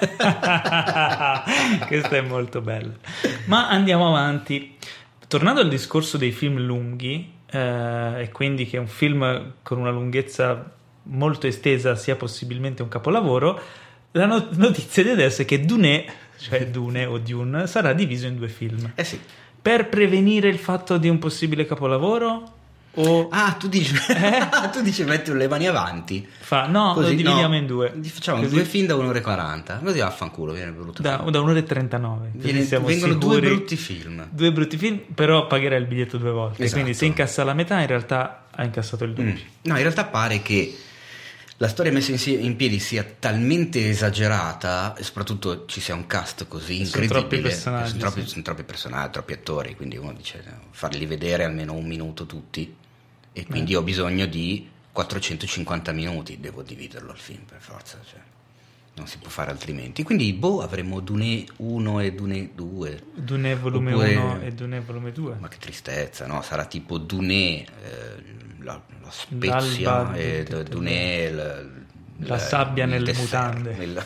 Questa è molto bella. Ma andiamo avanti. Tornando al discorso dei film lunghi, eh, e quindi che un film con una lunghezza molto estesa sia possibilmente un capolavoro, la not- notizia di adesso è che Dune, cioè Dune o Dune, sarà diviso in due film. Eh sì. Per prevenire il fatto di un possibile capolavoro? O... Ah, tu dici, eh? tu dici metti le mani avanti. Fa, no, così, lo dividiamo no, in due. Facciamo così. Due film da un'ora e quaranta. Così vaffanculo, viene brutto. Da, da un'ora e trentanove. Viene, vengono sicuri, due brutti film. Due brutti film, però pagherai il biglietto due volte. Esatto. Quindi se incassa la metà, in realtà ha incassato il doppio. Mm. No, in realtà pare che la storia messa in, in piedi sia talmente esagerata e soprattutto ci sia un cast così incredibile. Sono troppi personaggi. Sono troppi, sì. sono troppi personaggi, troppi attori, quindi uno dice farli vedere almeno un minuto tutti. E quindi eh. ho bisogno di quattrocentocinquanta minuti, devo dividerlo al film per forza, cioè non si può fare altrimenti. Quindi boh, avremo Dune uno e Dune due. Dune volume Oppure... uno e Dune volume due. Ma che tristezza, no? Sarà tipo Dune, eh, la, la Spezia, e d- Dune, la, la, la sabbia nelle dessert, mutande. Nel...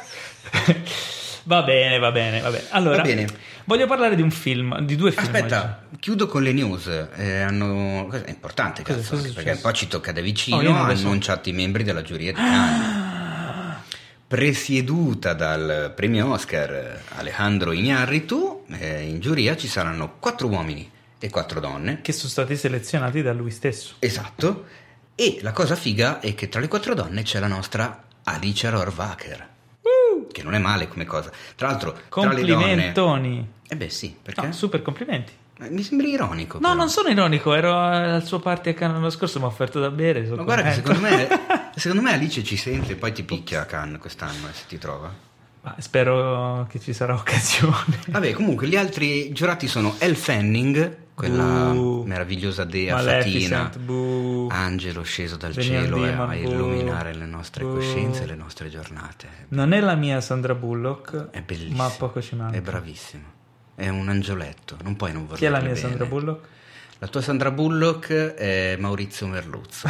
Va bene, va bene, va bene. Allora, va bene. Voglio parlare di un film, di due film. Aspetta, oggi. Chiudo con le news. Eh, hanno... È importante, cosa, cazzo, cosa perché poi ci tocca da vicino. Oh, hanno annunciato i membri della giuria di Cannes. Presieduta dal premio Oscar Alejandro Iñárritu, eh, in giuria ci saranno quattro uomini e quattro donne. Che sono stati selezionati da lui stesso. Esatto. E la cosa figa è che tra le quattro donne c'è la nostra Alicia Rohrwacher. Che non è male come cosa. Tra l'altro, complimentoni. Tra le donne... Eh beh sì, perché? No, super complimenti. Mi sembri ironico. No, però. non sono ironico, ero al suo party a Cannes l'anno scorso, mi ha offerto da bere. Ma guarda che secondo me, secondo me Alice ci sente e poi ti picchia a Cannes quest'anno, eh, se ti trova. Ma spero che ci sarà occasione. Vabbè, comunque gli altri giurati sono Elle Fanning, quella Boo. meravigliosa dea fatina, Boo. angelo sceso dal Venial cielo Demon, a illuminare le nostre Boo. coscienze e le nostre giornate. Non è la mia Sandra Bullock, è bellissima, ma poco ci manca. È bravissima, è un angioletto, non puoi non volerla. Chi è la mia bene. Sandra Bullock? La tua Sandra Bullock è Maurizio Merluzzo.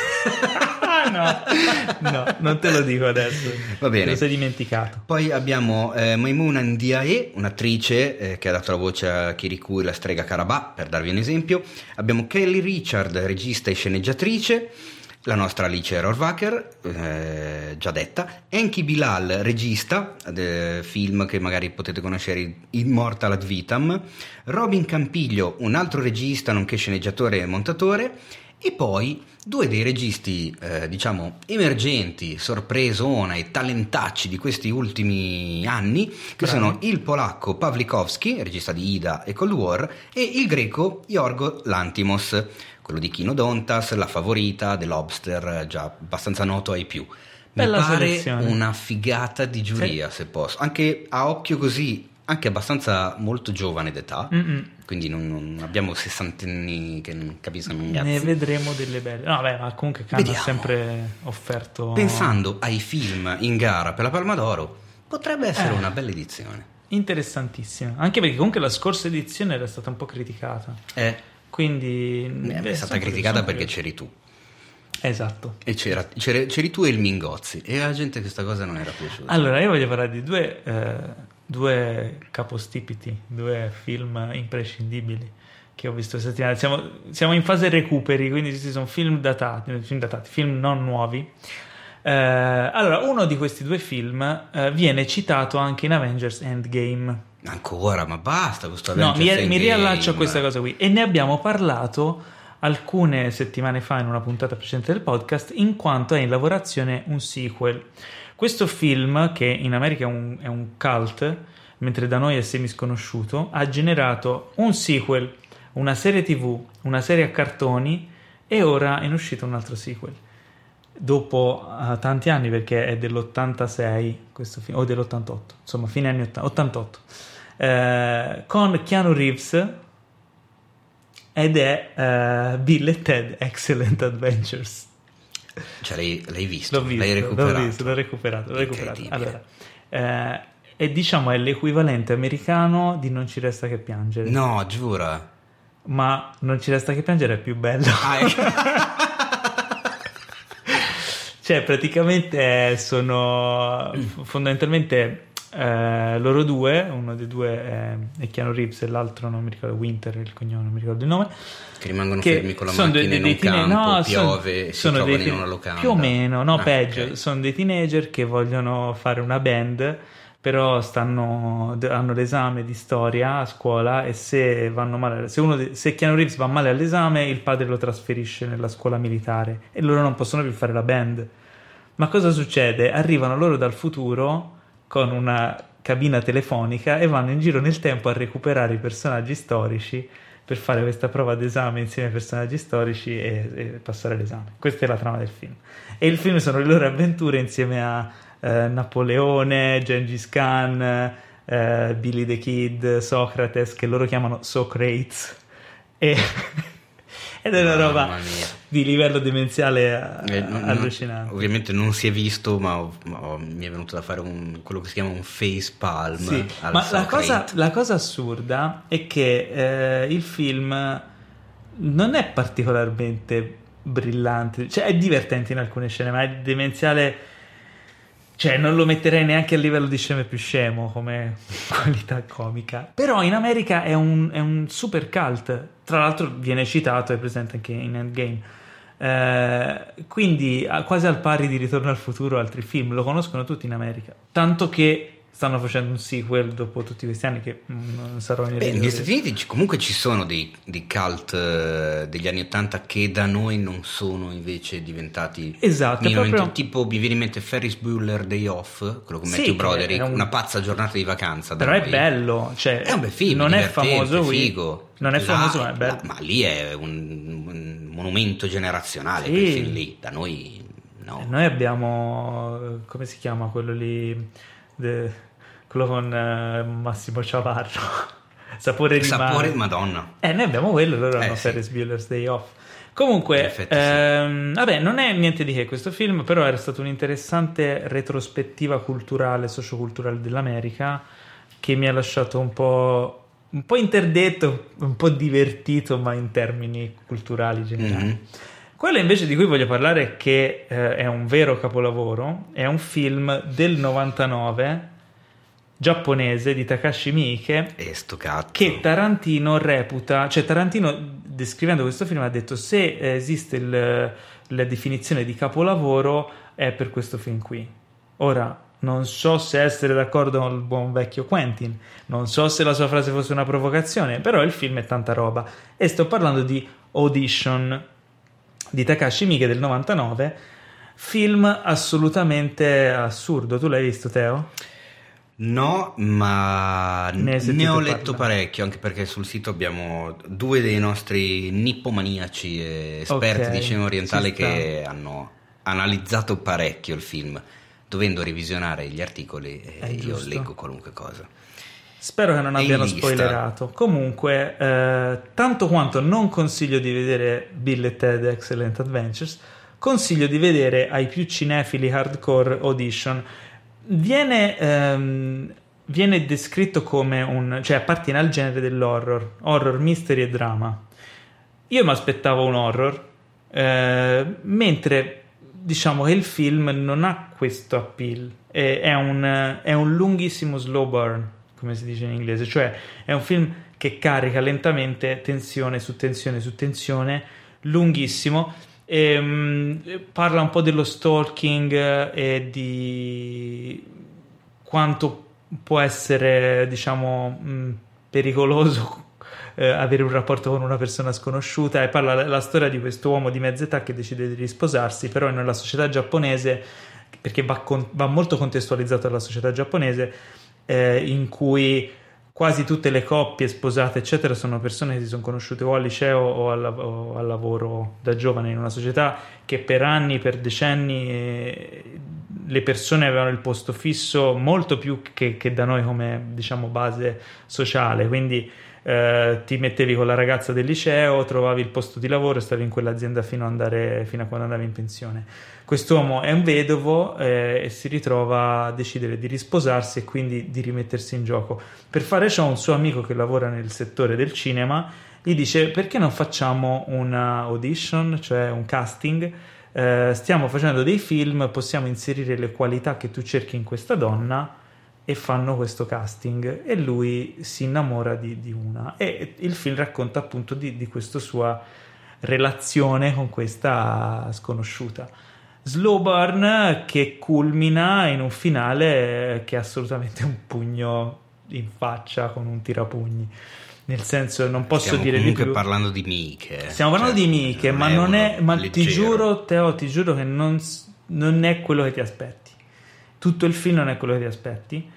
No, no, non te lo dico adesso. Va bene. Te lo sei dimenticato. Poi abbiamo eh, Maimouna Ndiaye, un'attrice eh, che ha dato la voce a Kirikou e la strega Karabà, per darvi un esempio. Abbiamo Kelly Richard, regista e sceneggiatrice. La nostra Alice Rohrwacher, eh, già detta. Enki Bilal, regista, eh, film che magari potete conoscere, Immortal ad Vitam. Robin Campiglio, un altro regista nonché sceneggiatore e montatore. E poi due dei registi, eh, diciamo, emergenti, sorpresona e talentacci di questi ultimi anni, che Bravo. sono il polacco Pawlikowski, regista di Ida e Cold War, e il greco Yorgos Lanthimos, quello di Kino Dontas, La Favorita, The Lobster, già abbastanza noto ai più. Mi Bella pare selezione. Una figata di giuria, sì. se posso. Anche a occhio così, anche abbastanza molto giovane d'età. Mm-mm. Quindi non, non abbiamo sessantenni che non capiscono un cazzo. Ne vedremo delle belle. No, beh, ma comunque Cannes ha sempre offerto. Pensando ai film in gara per la Palma d'Oro, potrebbe essere eh, una bella edizione. Interessantissima. Anche perché comunque la scorsa edizione era stata un po' criticata. Eh. Quindi eh, è stata criticata perché c'eri tu. Esatto. E c'era, c'eri, c'eri tu e il Mingozzi. E la gente questa cosa non era piaciuta. Allora, io voglio parlare di due. Eh, due capostipiti, due film imprescindibili che ho visto questa settimana. Siamo, siamo in fase recuperi, quindi ci sono film datati, film datati, film non nuovi. Eh, allora, uno di questi due film eh, viene citato anche in Avengers Endgame. Ancora, ma basta questo No, mi, Avengers mi riallaccio a Endgame. questa cosa qui. E ne abbiamo parlato alcune settimane fa in una puntata precedente del podcast, in quanto è in lavorazione un sequel. Questo film, che in America è un, è un cult, mentre da noi è semisconosciuto, ha generato un sequel, una serie tv, una serie a cartoni e ora è in uscita un altro sequel. Dopo uh, tanti anni, perché è dell'ottantasei questo film, o dell'ottantotto, insomma fine anni ottanta, ottantotto, eh, con Keanu Reeves, ed è uh, Bill e Ted Excellent Adventures. Cioè l'hai, l'hai visto? L'ho visto, l'hai recuperato? l'ho visto, l'ho recuperato, l'ho recuperato. Incredibile. Allora, eh, è diciamo è l'equivalente americano di Non ci resta che piangere. No, giura. Ma Non ci resta che piangere è più bello. Ah, ecco. Cioè praticamente sono fondamentalmente eh, loro due, uno dei due è, è Keanu Reeves e l'altro non mi ricordo, Winter il cognome, non mi ricordo il nome, che rimangono che fermi con la sono macchina dei, in dei un teen- campo, no, piove sono, e si sono trovano dei in teen- una locanda. più o meno, no, Ah, peggio, okay. sono dei teenager che vogliono fare una band, però stanno, hanno l'esame di storia a scuola e se vanno male, se, uno de, se Keanu Reeves va male all'esame, il padre lo trasferisce nella scuola militare e loro non possono più fare la band. Ma cosa succede? Arrivano loro dal futuro con una cabina telefonica e vanno in giro nel tempo a recuperare i personaggi storici per fare questa prova d'esame insieme ai personaggi storici e, e passare l'esame. Questa è la trama del film. E il film sono le loro avventure insieme a eh, Napoleone, Gengis Khan, eh, Billy the Kid, Socrates, che loro chiamano Socrates. E... ed è una roba di livello demenziale eh, non, allucinante. Non, ovviamente non si è visto, ma, ho, ma ho, mi è venuto da fare un, quello che si chiama un face palm. Sì, ma la cosa, la cosa assurda è che eh, il film non è particolarmente brillante, cioè è divertente in alcune scene, ma è demenziale. Cioè, non lo metterei neanche a livello di scemo più scemo come qualità comica. Però in America è un, è un super cult. Tra l'altro viene citato, è presente anche in Endgame. Eh, quindi quasi al pari di Ritorno al futuro e altri film. Lo conoscono tutti in America. Tanto che stanno facendo un sequel dopo tutti questi anni che non sarò in Beh, negli Stati Uniti comunque ci sono dei, dei cult uh, degli anni ottanta che da noi non sono invece diventati esatto, proprio... tipo mi viene in mente Ferris Bueller Day Off, quello con sì, Matthew Broderick, un... una pazza giornata di vacanza da però noi. È bello, cioè, è un bel film, non è famoso figo. Non è Là, famoso, ma è bello. Ma lì è un, un monumento generazionale, sì. Quel film lì, da noi no. Noi abbiamo, come si chiama quello lì, de... quello con uh, Massimo Ciavarro, Sapore di Sapore mare. Madonna. Eh, noi abbiamo quello, loro eh, hanno sì. Ferris Bueller's Day Off. Comunque, effetti, ehm, sì. vabbè, non è niente di che questo film, però era stata un'interessante retrospettiva culturale, socioculturale dell'America, che mi ha lasciato un po', un po' interdetto, un po' divertito, ma in termini culturali generali. Mm-hmm. Quello invece di cui voglio parlare, che eh, è un vero capolavoro, è un film del novantanove giapponese di Takashi Miike, e sto cazzo. Che Tarantino reputa, cioè Tarantino descrivendo questo film ha detto se esiste il, la definizione di capolavoro è per questo film qui. Ora non so se essere d'accordo con il buon vecchio Quentin, non so se la sua frase fosse una provocazione, però il film è tanta roba e sto parlando di Audition di Takashi Miike del novantanove, film assolutamente assurdo. Tu l'hai visto, Teo? No, ma ne, ne ho letto parlare. parecchio, anche perché sul sito abbiamo due dei nostri nippomaniaci e esperti okay, di cinema orientale che hanno analizzato parecchio il film, dovendo revisionare gli articoli e io giusto. leggo qualunque cosa. Spero che non abbiano spoilerato. Comunque, eh, tanto quanto non consiglio di vedere Bill e Ted Excellent Adventures, consiglio di vedere ai più cinefili hardcore Audition. Viene, ehm, viene descritto come un... cioè appartiene al genere dell'horror, horror, mystery e drama. Io mi aspettavo un horror, eh, mentre diciamo che il film non ha questo appeal, è, è, un, è un lunghissimo slow burn, come si dice in inglese, cioè è un film che carica lentamente tensione su tensione su tensione, lunghissimo. E, um, parla un po' dello stalking e di quanto può essere, diciamo, mh, pericoloso eh, avere un rapporto con una persona sconosciuta, e parla la storia di questo uomo di mezza età che decide di risposarsi, però nella società giapponese, perché va, con, va molto contestualizzato alla società giapponese, eh, in cui quasi tutte le coppie sposate eccetera sono persone che si sono conosciute o al liceo o al, o al lavoro da giovane, in una società che per anni, per decenni eh, le persone avevano il posto fisso molto più che, che da noi come, diciamo, base sociale, quindi eh, ti mettevi con la ragazza del liceo, trovavi il posto di lavoro e stavi in quell'azienda fino, andare, fino a quando andavi in pensione. Quest'uomo è un vedovo eh, e si ritrova a decidere di risposarsi e quindi di rimettersi in gioco. Per fare ciò un suo amico che lavora nel settore del cinema gli dice: perché non facciamo una audition, cioè un casting? Eh, stiamo facendo dei film, possiamo inserire le qualità che tu cerchi in questa donna, e fanno questo casting e lui si innamora di, di una, e il film racconta appunto di, di questa sua relazione con questa sconosciuta. Slow burn che culmina in un finale che è assolutamente un pugno in faccia con un tirapugni, nel senso, non posso Stiamo dire di più. Stiamo comunque parlando di miche. Stiamo parlando cioè, di miche, ma non è, ma ti giuro, Teo, ti giuro che non, non è quello che ti aspetti. Tutto il film non è quello che ti aspetti.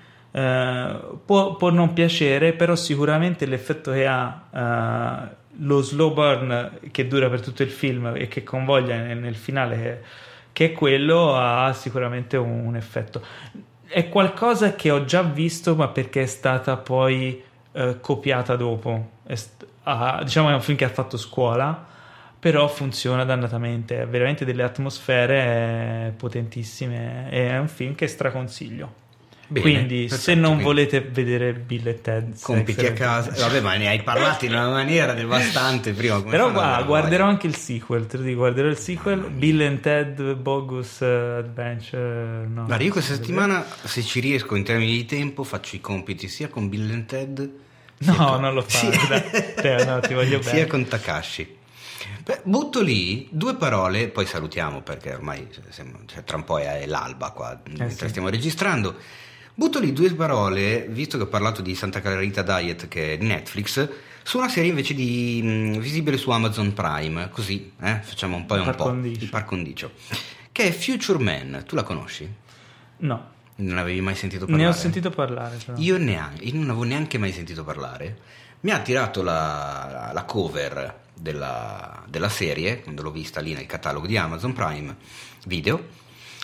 Uh, può, può non piacere, però sicuramente l'effetto che ha uh, lo slow burn che dura per tutto il film e che convoglia nel, nel finale, che, che è quello, ha sicuramente un, un effetto. È qualcosa che ho già visto, ma perché è stata poi uh, copiata dopo. È st- ha, diciamo è un film che ha fatto scuola, però funziona dannatamente, ha veramente delle atmosfere potentissime, è un film che straconsiglio. Bene, quindi perfetto, se non quindi volete vedere Bill e Ted, compiti a casa, vabbè, ma ne hai parlato in una maniera devastante prima, come però qua guarderò anche il sequel, te lo dico, guarderò il sequel, no, Bill and Ted Bogus Adventure. No, guarda, io questa settimana, se ci riesco in termini di tempo, faccio i compiti sia con Bill and Ted, no con... non lo fai, sì. Dai, te, no, ti voglio bene, sia con Takashi. Beh, butto lì due parole, poi salutiamo perché ormai cioè, tra un po' è l'alba qua eh, mentre sì. stiamo registrando. Butto lì due parole, visto che ho parlato di Santa Clarita Diet, che è di Netflix, su una serie invece di mh, visibile su Amazon Prime, così eh, facciamo un po' e un po' il par condicio, che è Future Man. Tu la conosci? No. Non avevi mai sentito parlare? Ne ho sentito parlare. Però. Io neanche, io non avevo neanche mai sentito parlare. Mi ha attirato la, la cover della, della serie, quando l'ho vista lì nel catalogo di Amazon Prime Video.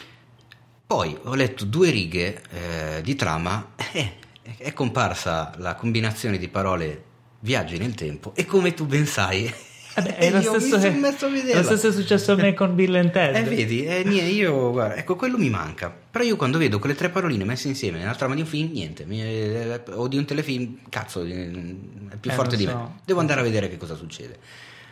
Poi ho letto due righe eh, di trama e eh, è comparsa la combinazione di parole viaggi nel tempo e come tu ben sai Vabbè, è, lo stesso che, è lo stesso è successo a me con Bill and Ted. Eh, vedi, eh, niente, io guarda, ecco, quello mi manca. Però io quando vedo quelle tre paroline messe insieme nella trama di un film, niente, mi, eh, o di un telefilm, cazzo, è più eh, forte di so. me. Devo andare a vedere che cosa succede.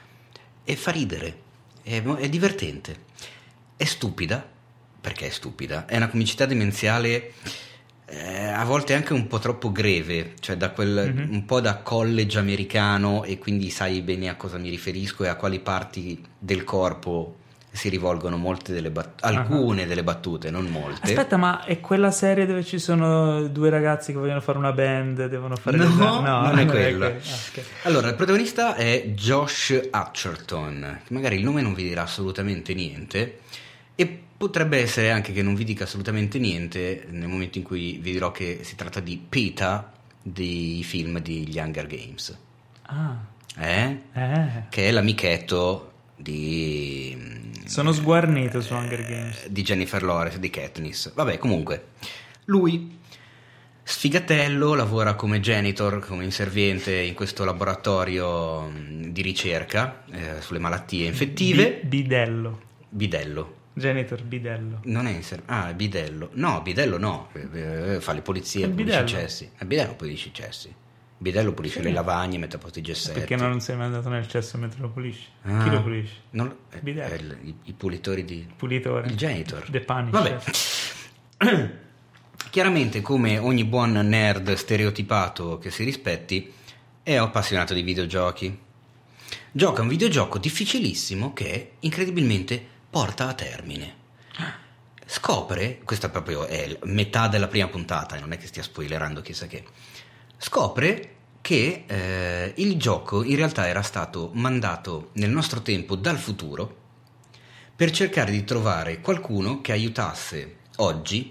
E fa ridere, è, è divertente, è stupida. Perché è stupida, è una comicità demenziale eh, a volte anche un po' troppo greve, cioè da quel, mm-hmm. un po' da college americano, e quindi sai bene a cosa mi riferisco e a quali parti del corpo si rivolgono molte delle bat- alcune uh-huh. delle battute, non molte. Aspetta, ma è quella serie dove ci sono due ragazzi che vogliono fare una band, devono fare no, delle... no, non è quello. Okay. Ah, okay. Allora, il protagonista è Josh Hutcherson, che magari il nome non vi dirà assolutamente niente, e potrebbe essere anche che non vi dica assolutamente niente nel momento in cui vi dirò che si tratta di Peeta dei film di Hunger Games. Ah. Eh? Eh. Che è l'amichetto di... Sono sguarnito eh, su Hunger Games. Di Jennifer Lawrence, di Katniss. Vabbè, comunque, lui, sfigatello, lavora come janitor, come inserviente in questo laboratorio di ricerca eh, sulle malattie infettive. B- bidello. Bidello. Janitor bidello. Non è inser- ah, bidello. No, bidello no, fa le pulizie, pulisce i cessi. Il bidello pulisce i cessi. Bidello pulisce sì. le lavagne, mette a posto i gessetti. Perché non sei mai andato nel cesso mentre lo pulisci? Ah, chi lo pulisce? Non, eh, bidello. Eh, i, I pulitori di... Pulitore. Il janitor. The Punisher. Vabbè. Chiaramente, come ogni buon nerd stereotipato che si rispetti, è appassionato di videogiochi. Gioca un videogioco difficilissimo che incredibilmente porta a termine. scopre, questa proprio è metà della prima puntata, e non è che stia spoilerando chissà che, scopre che eh, il gioco in realtà era stato mandato nel nostro tempo dal futuro per cercare di trovare qualcuno che aiutasse oggi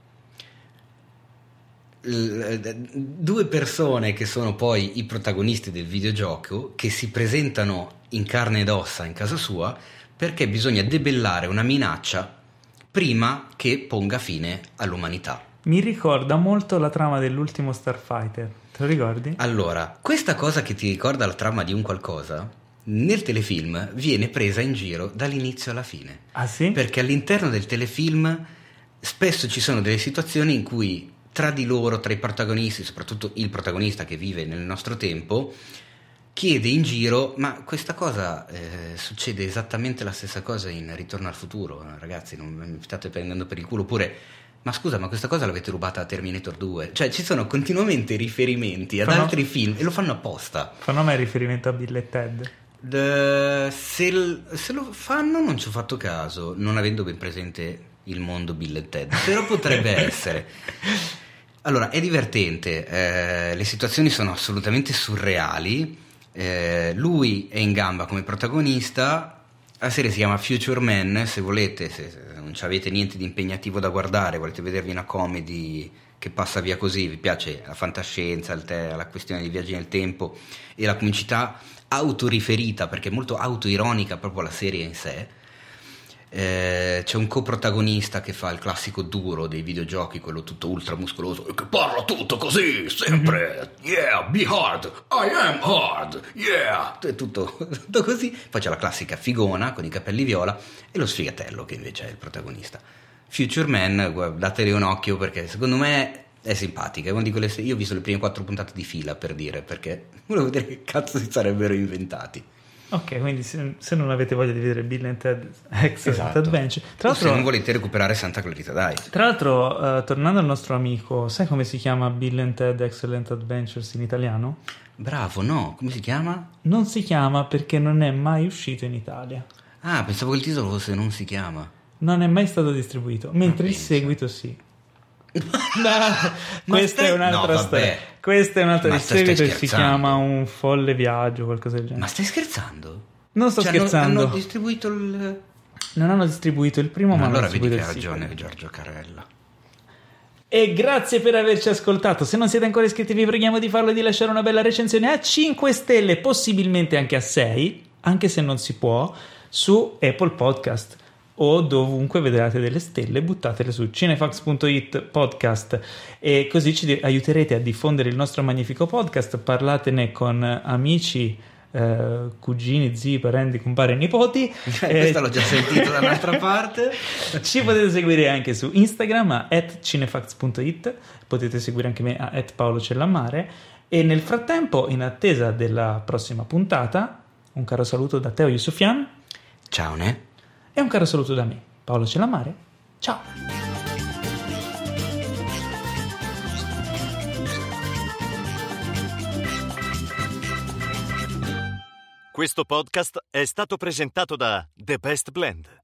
due persone che sono poi i protagonisti del videogioco, che si presentano in carne ed ossa in casa sua perché bisogna debellare una minaccia prima che ponga fine all'umanità. Mi ricorda molto la trama dell'ultimo Starfighter, te lo ricordi? Allora, questa cosa che ti ricorda la trama di un qualcosa, nel telefilm viene presa in giro dall'inizio alla fine. Ah sì? Perché all'interno del telefilm spesso ci sono delle situazioni in cui tra di loro, tra i protagonisti, soprattutto il protagonista che vive nel nostro tempo, chiede in giro: ma questa cosa eh, succede esattamente la stessa cosa in Ritorno al futuro, ragazzi, non mi state prendendo per il culo? Oppure, ma scusa, ma questa cosa l'avete rubata a Terminator due? Cioè ci sono continuamente riferimenti ad fanno, altri film e lo fanno apposta. Fanno mai riferimento a Bill e Ted? The, se, se lo fanno non ci ho fatto caso, non avendo ben presente il mondo Bill e Ted, però potrebbe essere. Allora, è divertente, eh, le situazioni sono assolutamente surreali, eh, lui è in gamba come protagonista, la serie si chiama Future Man, se volete, se, se non avete niente di impegnativo da guardare, volete vedervi una comedy che passa via così, vi piace la fantascienza, il te, la questione dei viaggi nel tempo e la comicità autoriferita, perché è molto autoironica proprio la serie in sé. Eh, c'è un coprotagonista che fa il classico duro dei videogiochi, quello tutto ultra muscoloso e che parla tutto così sempre, mm-hmm. yeah, be hard, I am hard, yeah, è tutto, tutto così. Poi c'è la classica figona con i capelli viola e lo sfigatello che invece è il protagonista. Future Man, datele un occhio perché secondo me è simpatica, è una di quelle. Io ho visto le prime quattro puntate di fila, per dire, perché volevo vedere che cazzo si sarebbero inventati. Ok, quindi se, se non avete voglia di vedere Bill and Ted Excellent esatto. Adventure, tra o l'altro, se non volete recuperare Santa Clarita Diet. Tra l'altro, uh, tornando al nostro amico, sai come si chiama Bill and Ted Excellent Adventures in italiano? Bravo, no, come si chiama? Non si chiama perché non è mai uscito in Italia. Ah, pensavo che il titolo fosse Non si chiama. Non è mai stato distribuito, mentre il seguito sì. No, questa stai... è un'altra no, storia. Questa è un'altra. Il seguito si chiama Un folle viaggio, qualcosa del genere. Ma stai scherzando? Non sto cioè, scherzando. Hanno distribuito il. Non hanno distribuito il primo, ma, ma hanno allora vedi che ha ragione sequel. Giorgio Carella. E grazie per averci ascoltato. Se non siete ancora iscritti, vi preghiamo di farlo e di lasciare una bella recensione a cinque stelle, possibilmente anche a sei, anche se non si può, su Apple Podcast o dovunque vedrete delle stelle, buttatele su cinefax punto it podcast e così ci aiuterete a diffondere il nostro magnifico podcast. Parlatene con amici, eh, cugini, zii, parenti, compari e nipoti. Eh, questo l'ho già sentito dall'altra parte. Ci potete seguire anche su Instagram a at cinefax punto it, potete seguire anche me a at Paolo Cellammare e nel frattempo, in attesa della prossima puntata, un caro saluto da Teo Yusufian. Ciao ne. E un caro saluto da me, Paolo Cellammare. Ciao! Questo podcast è stato presentato da The Best Blend.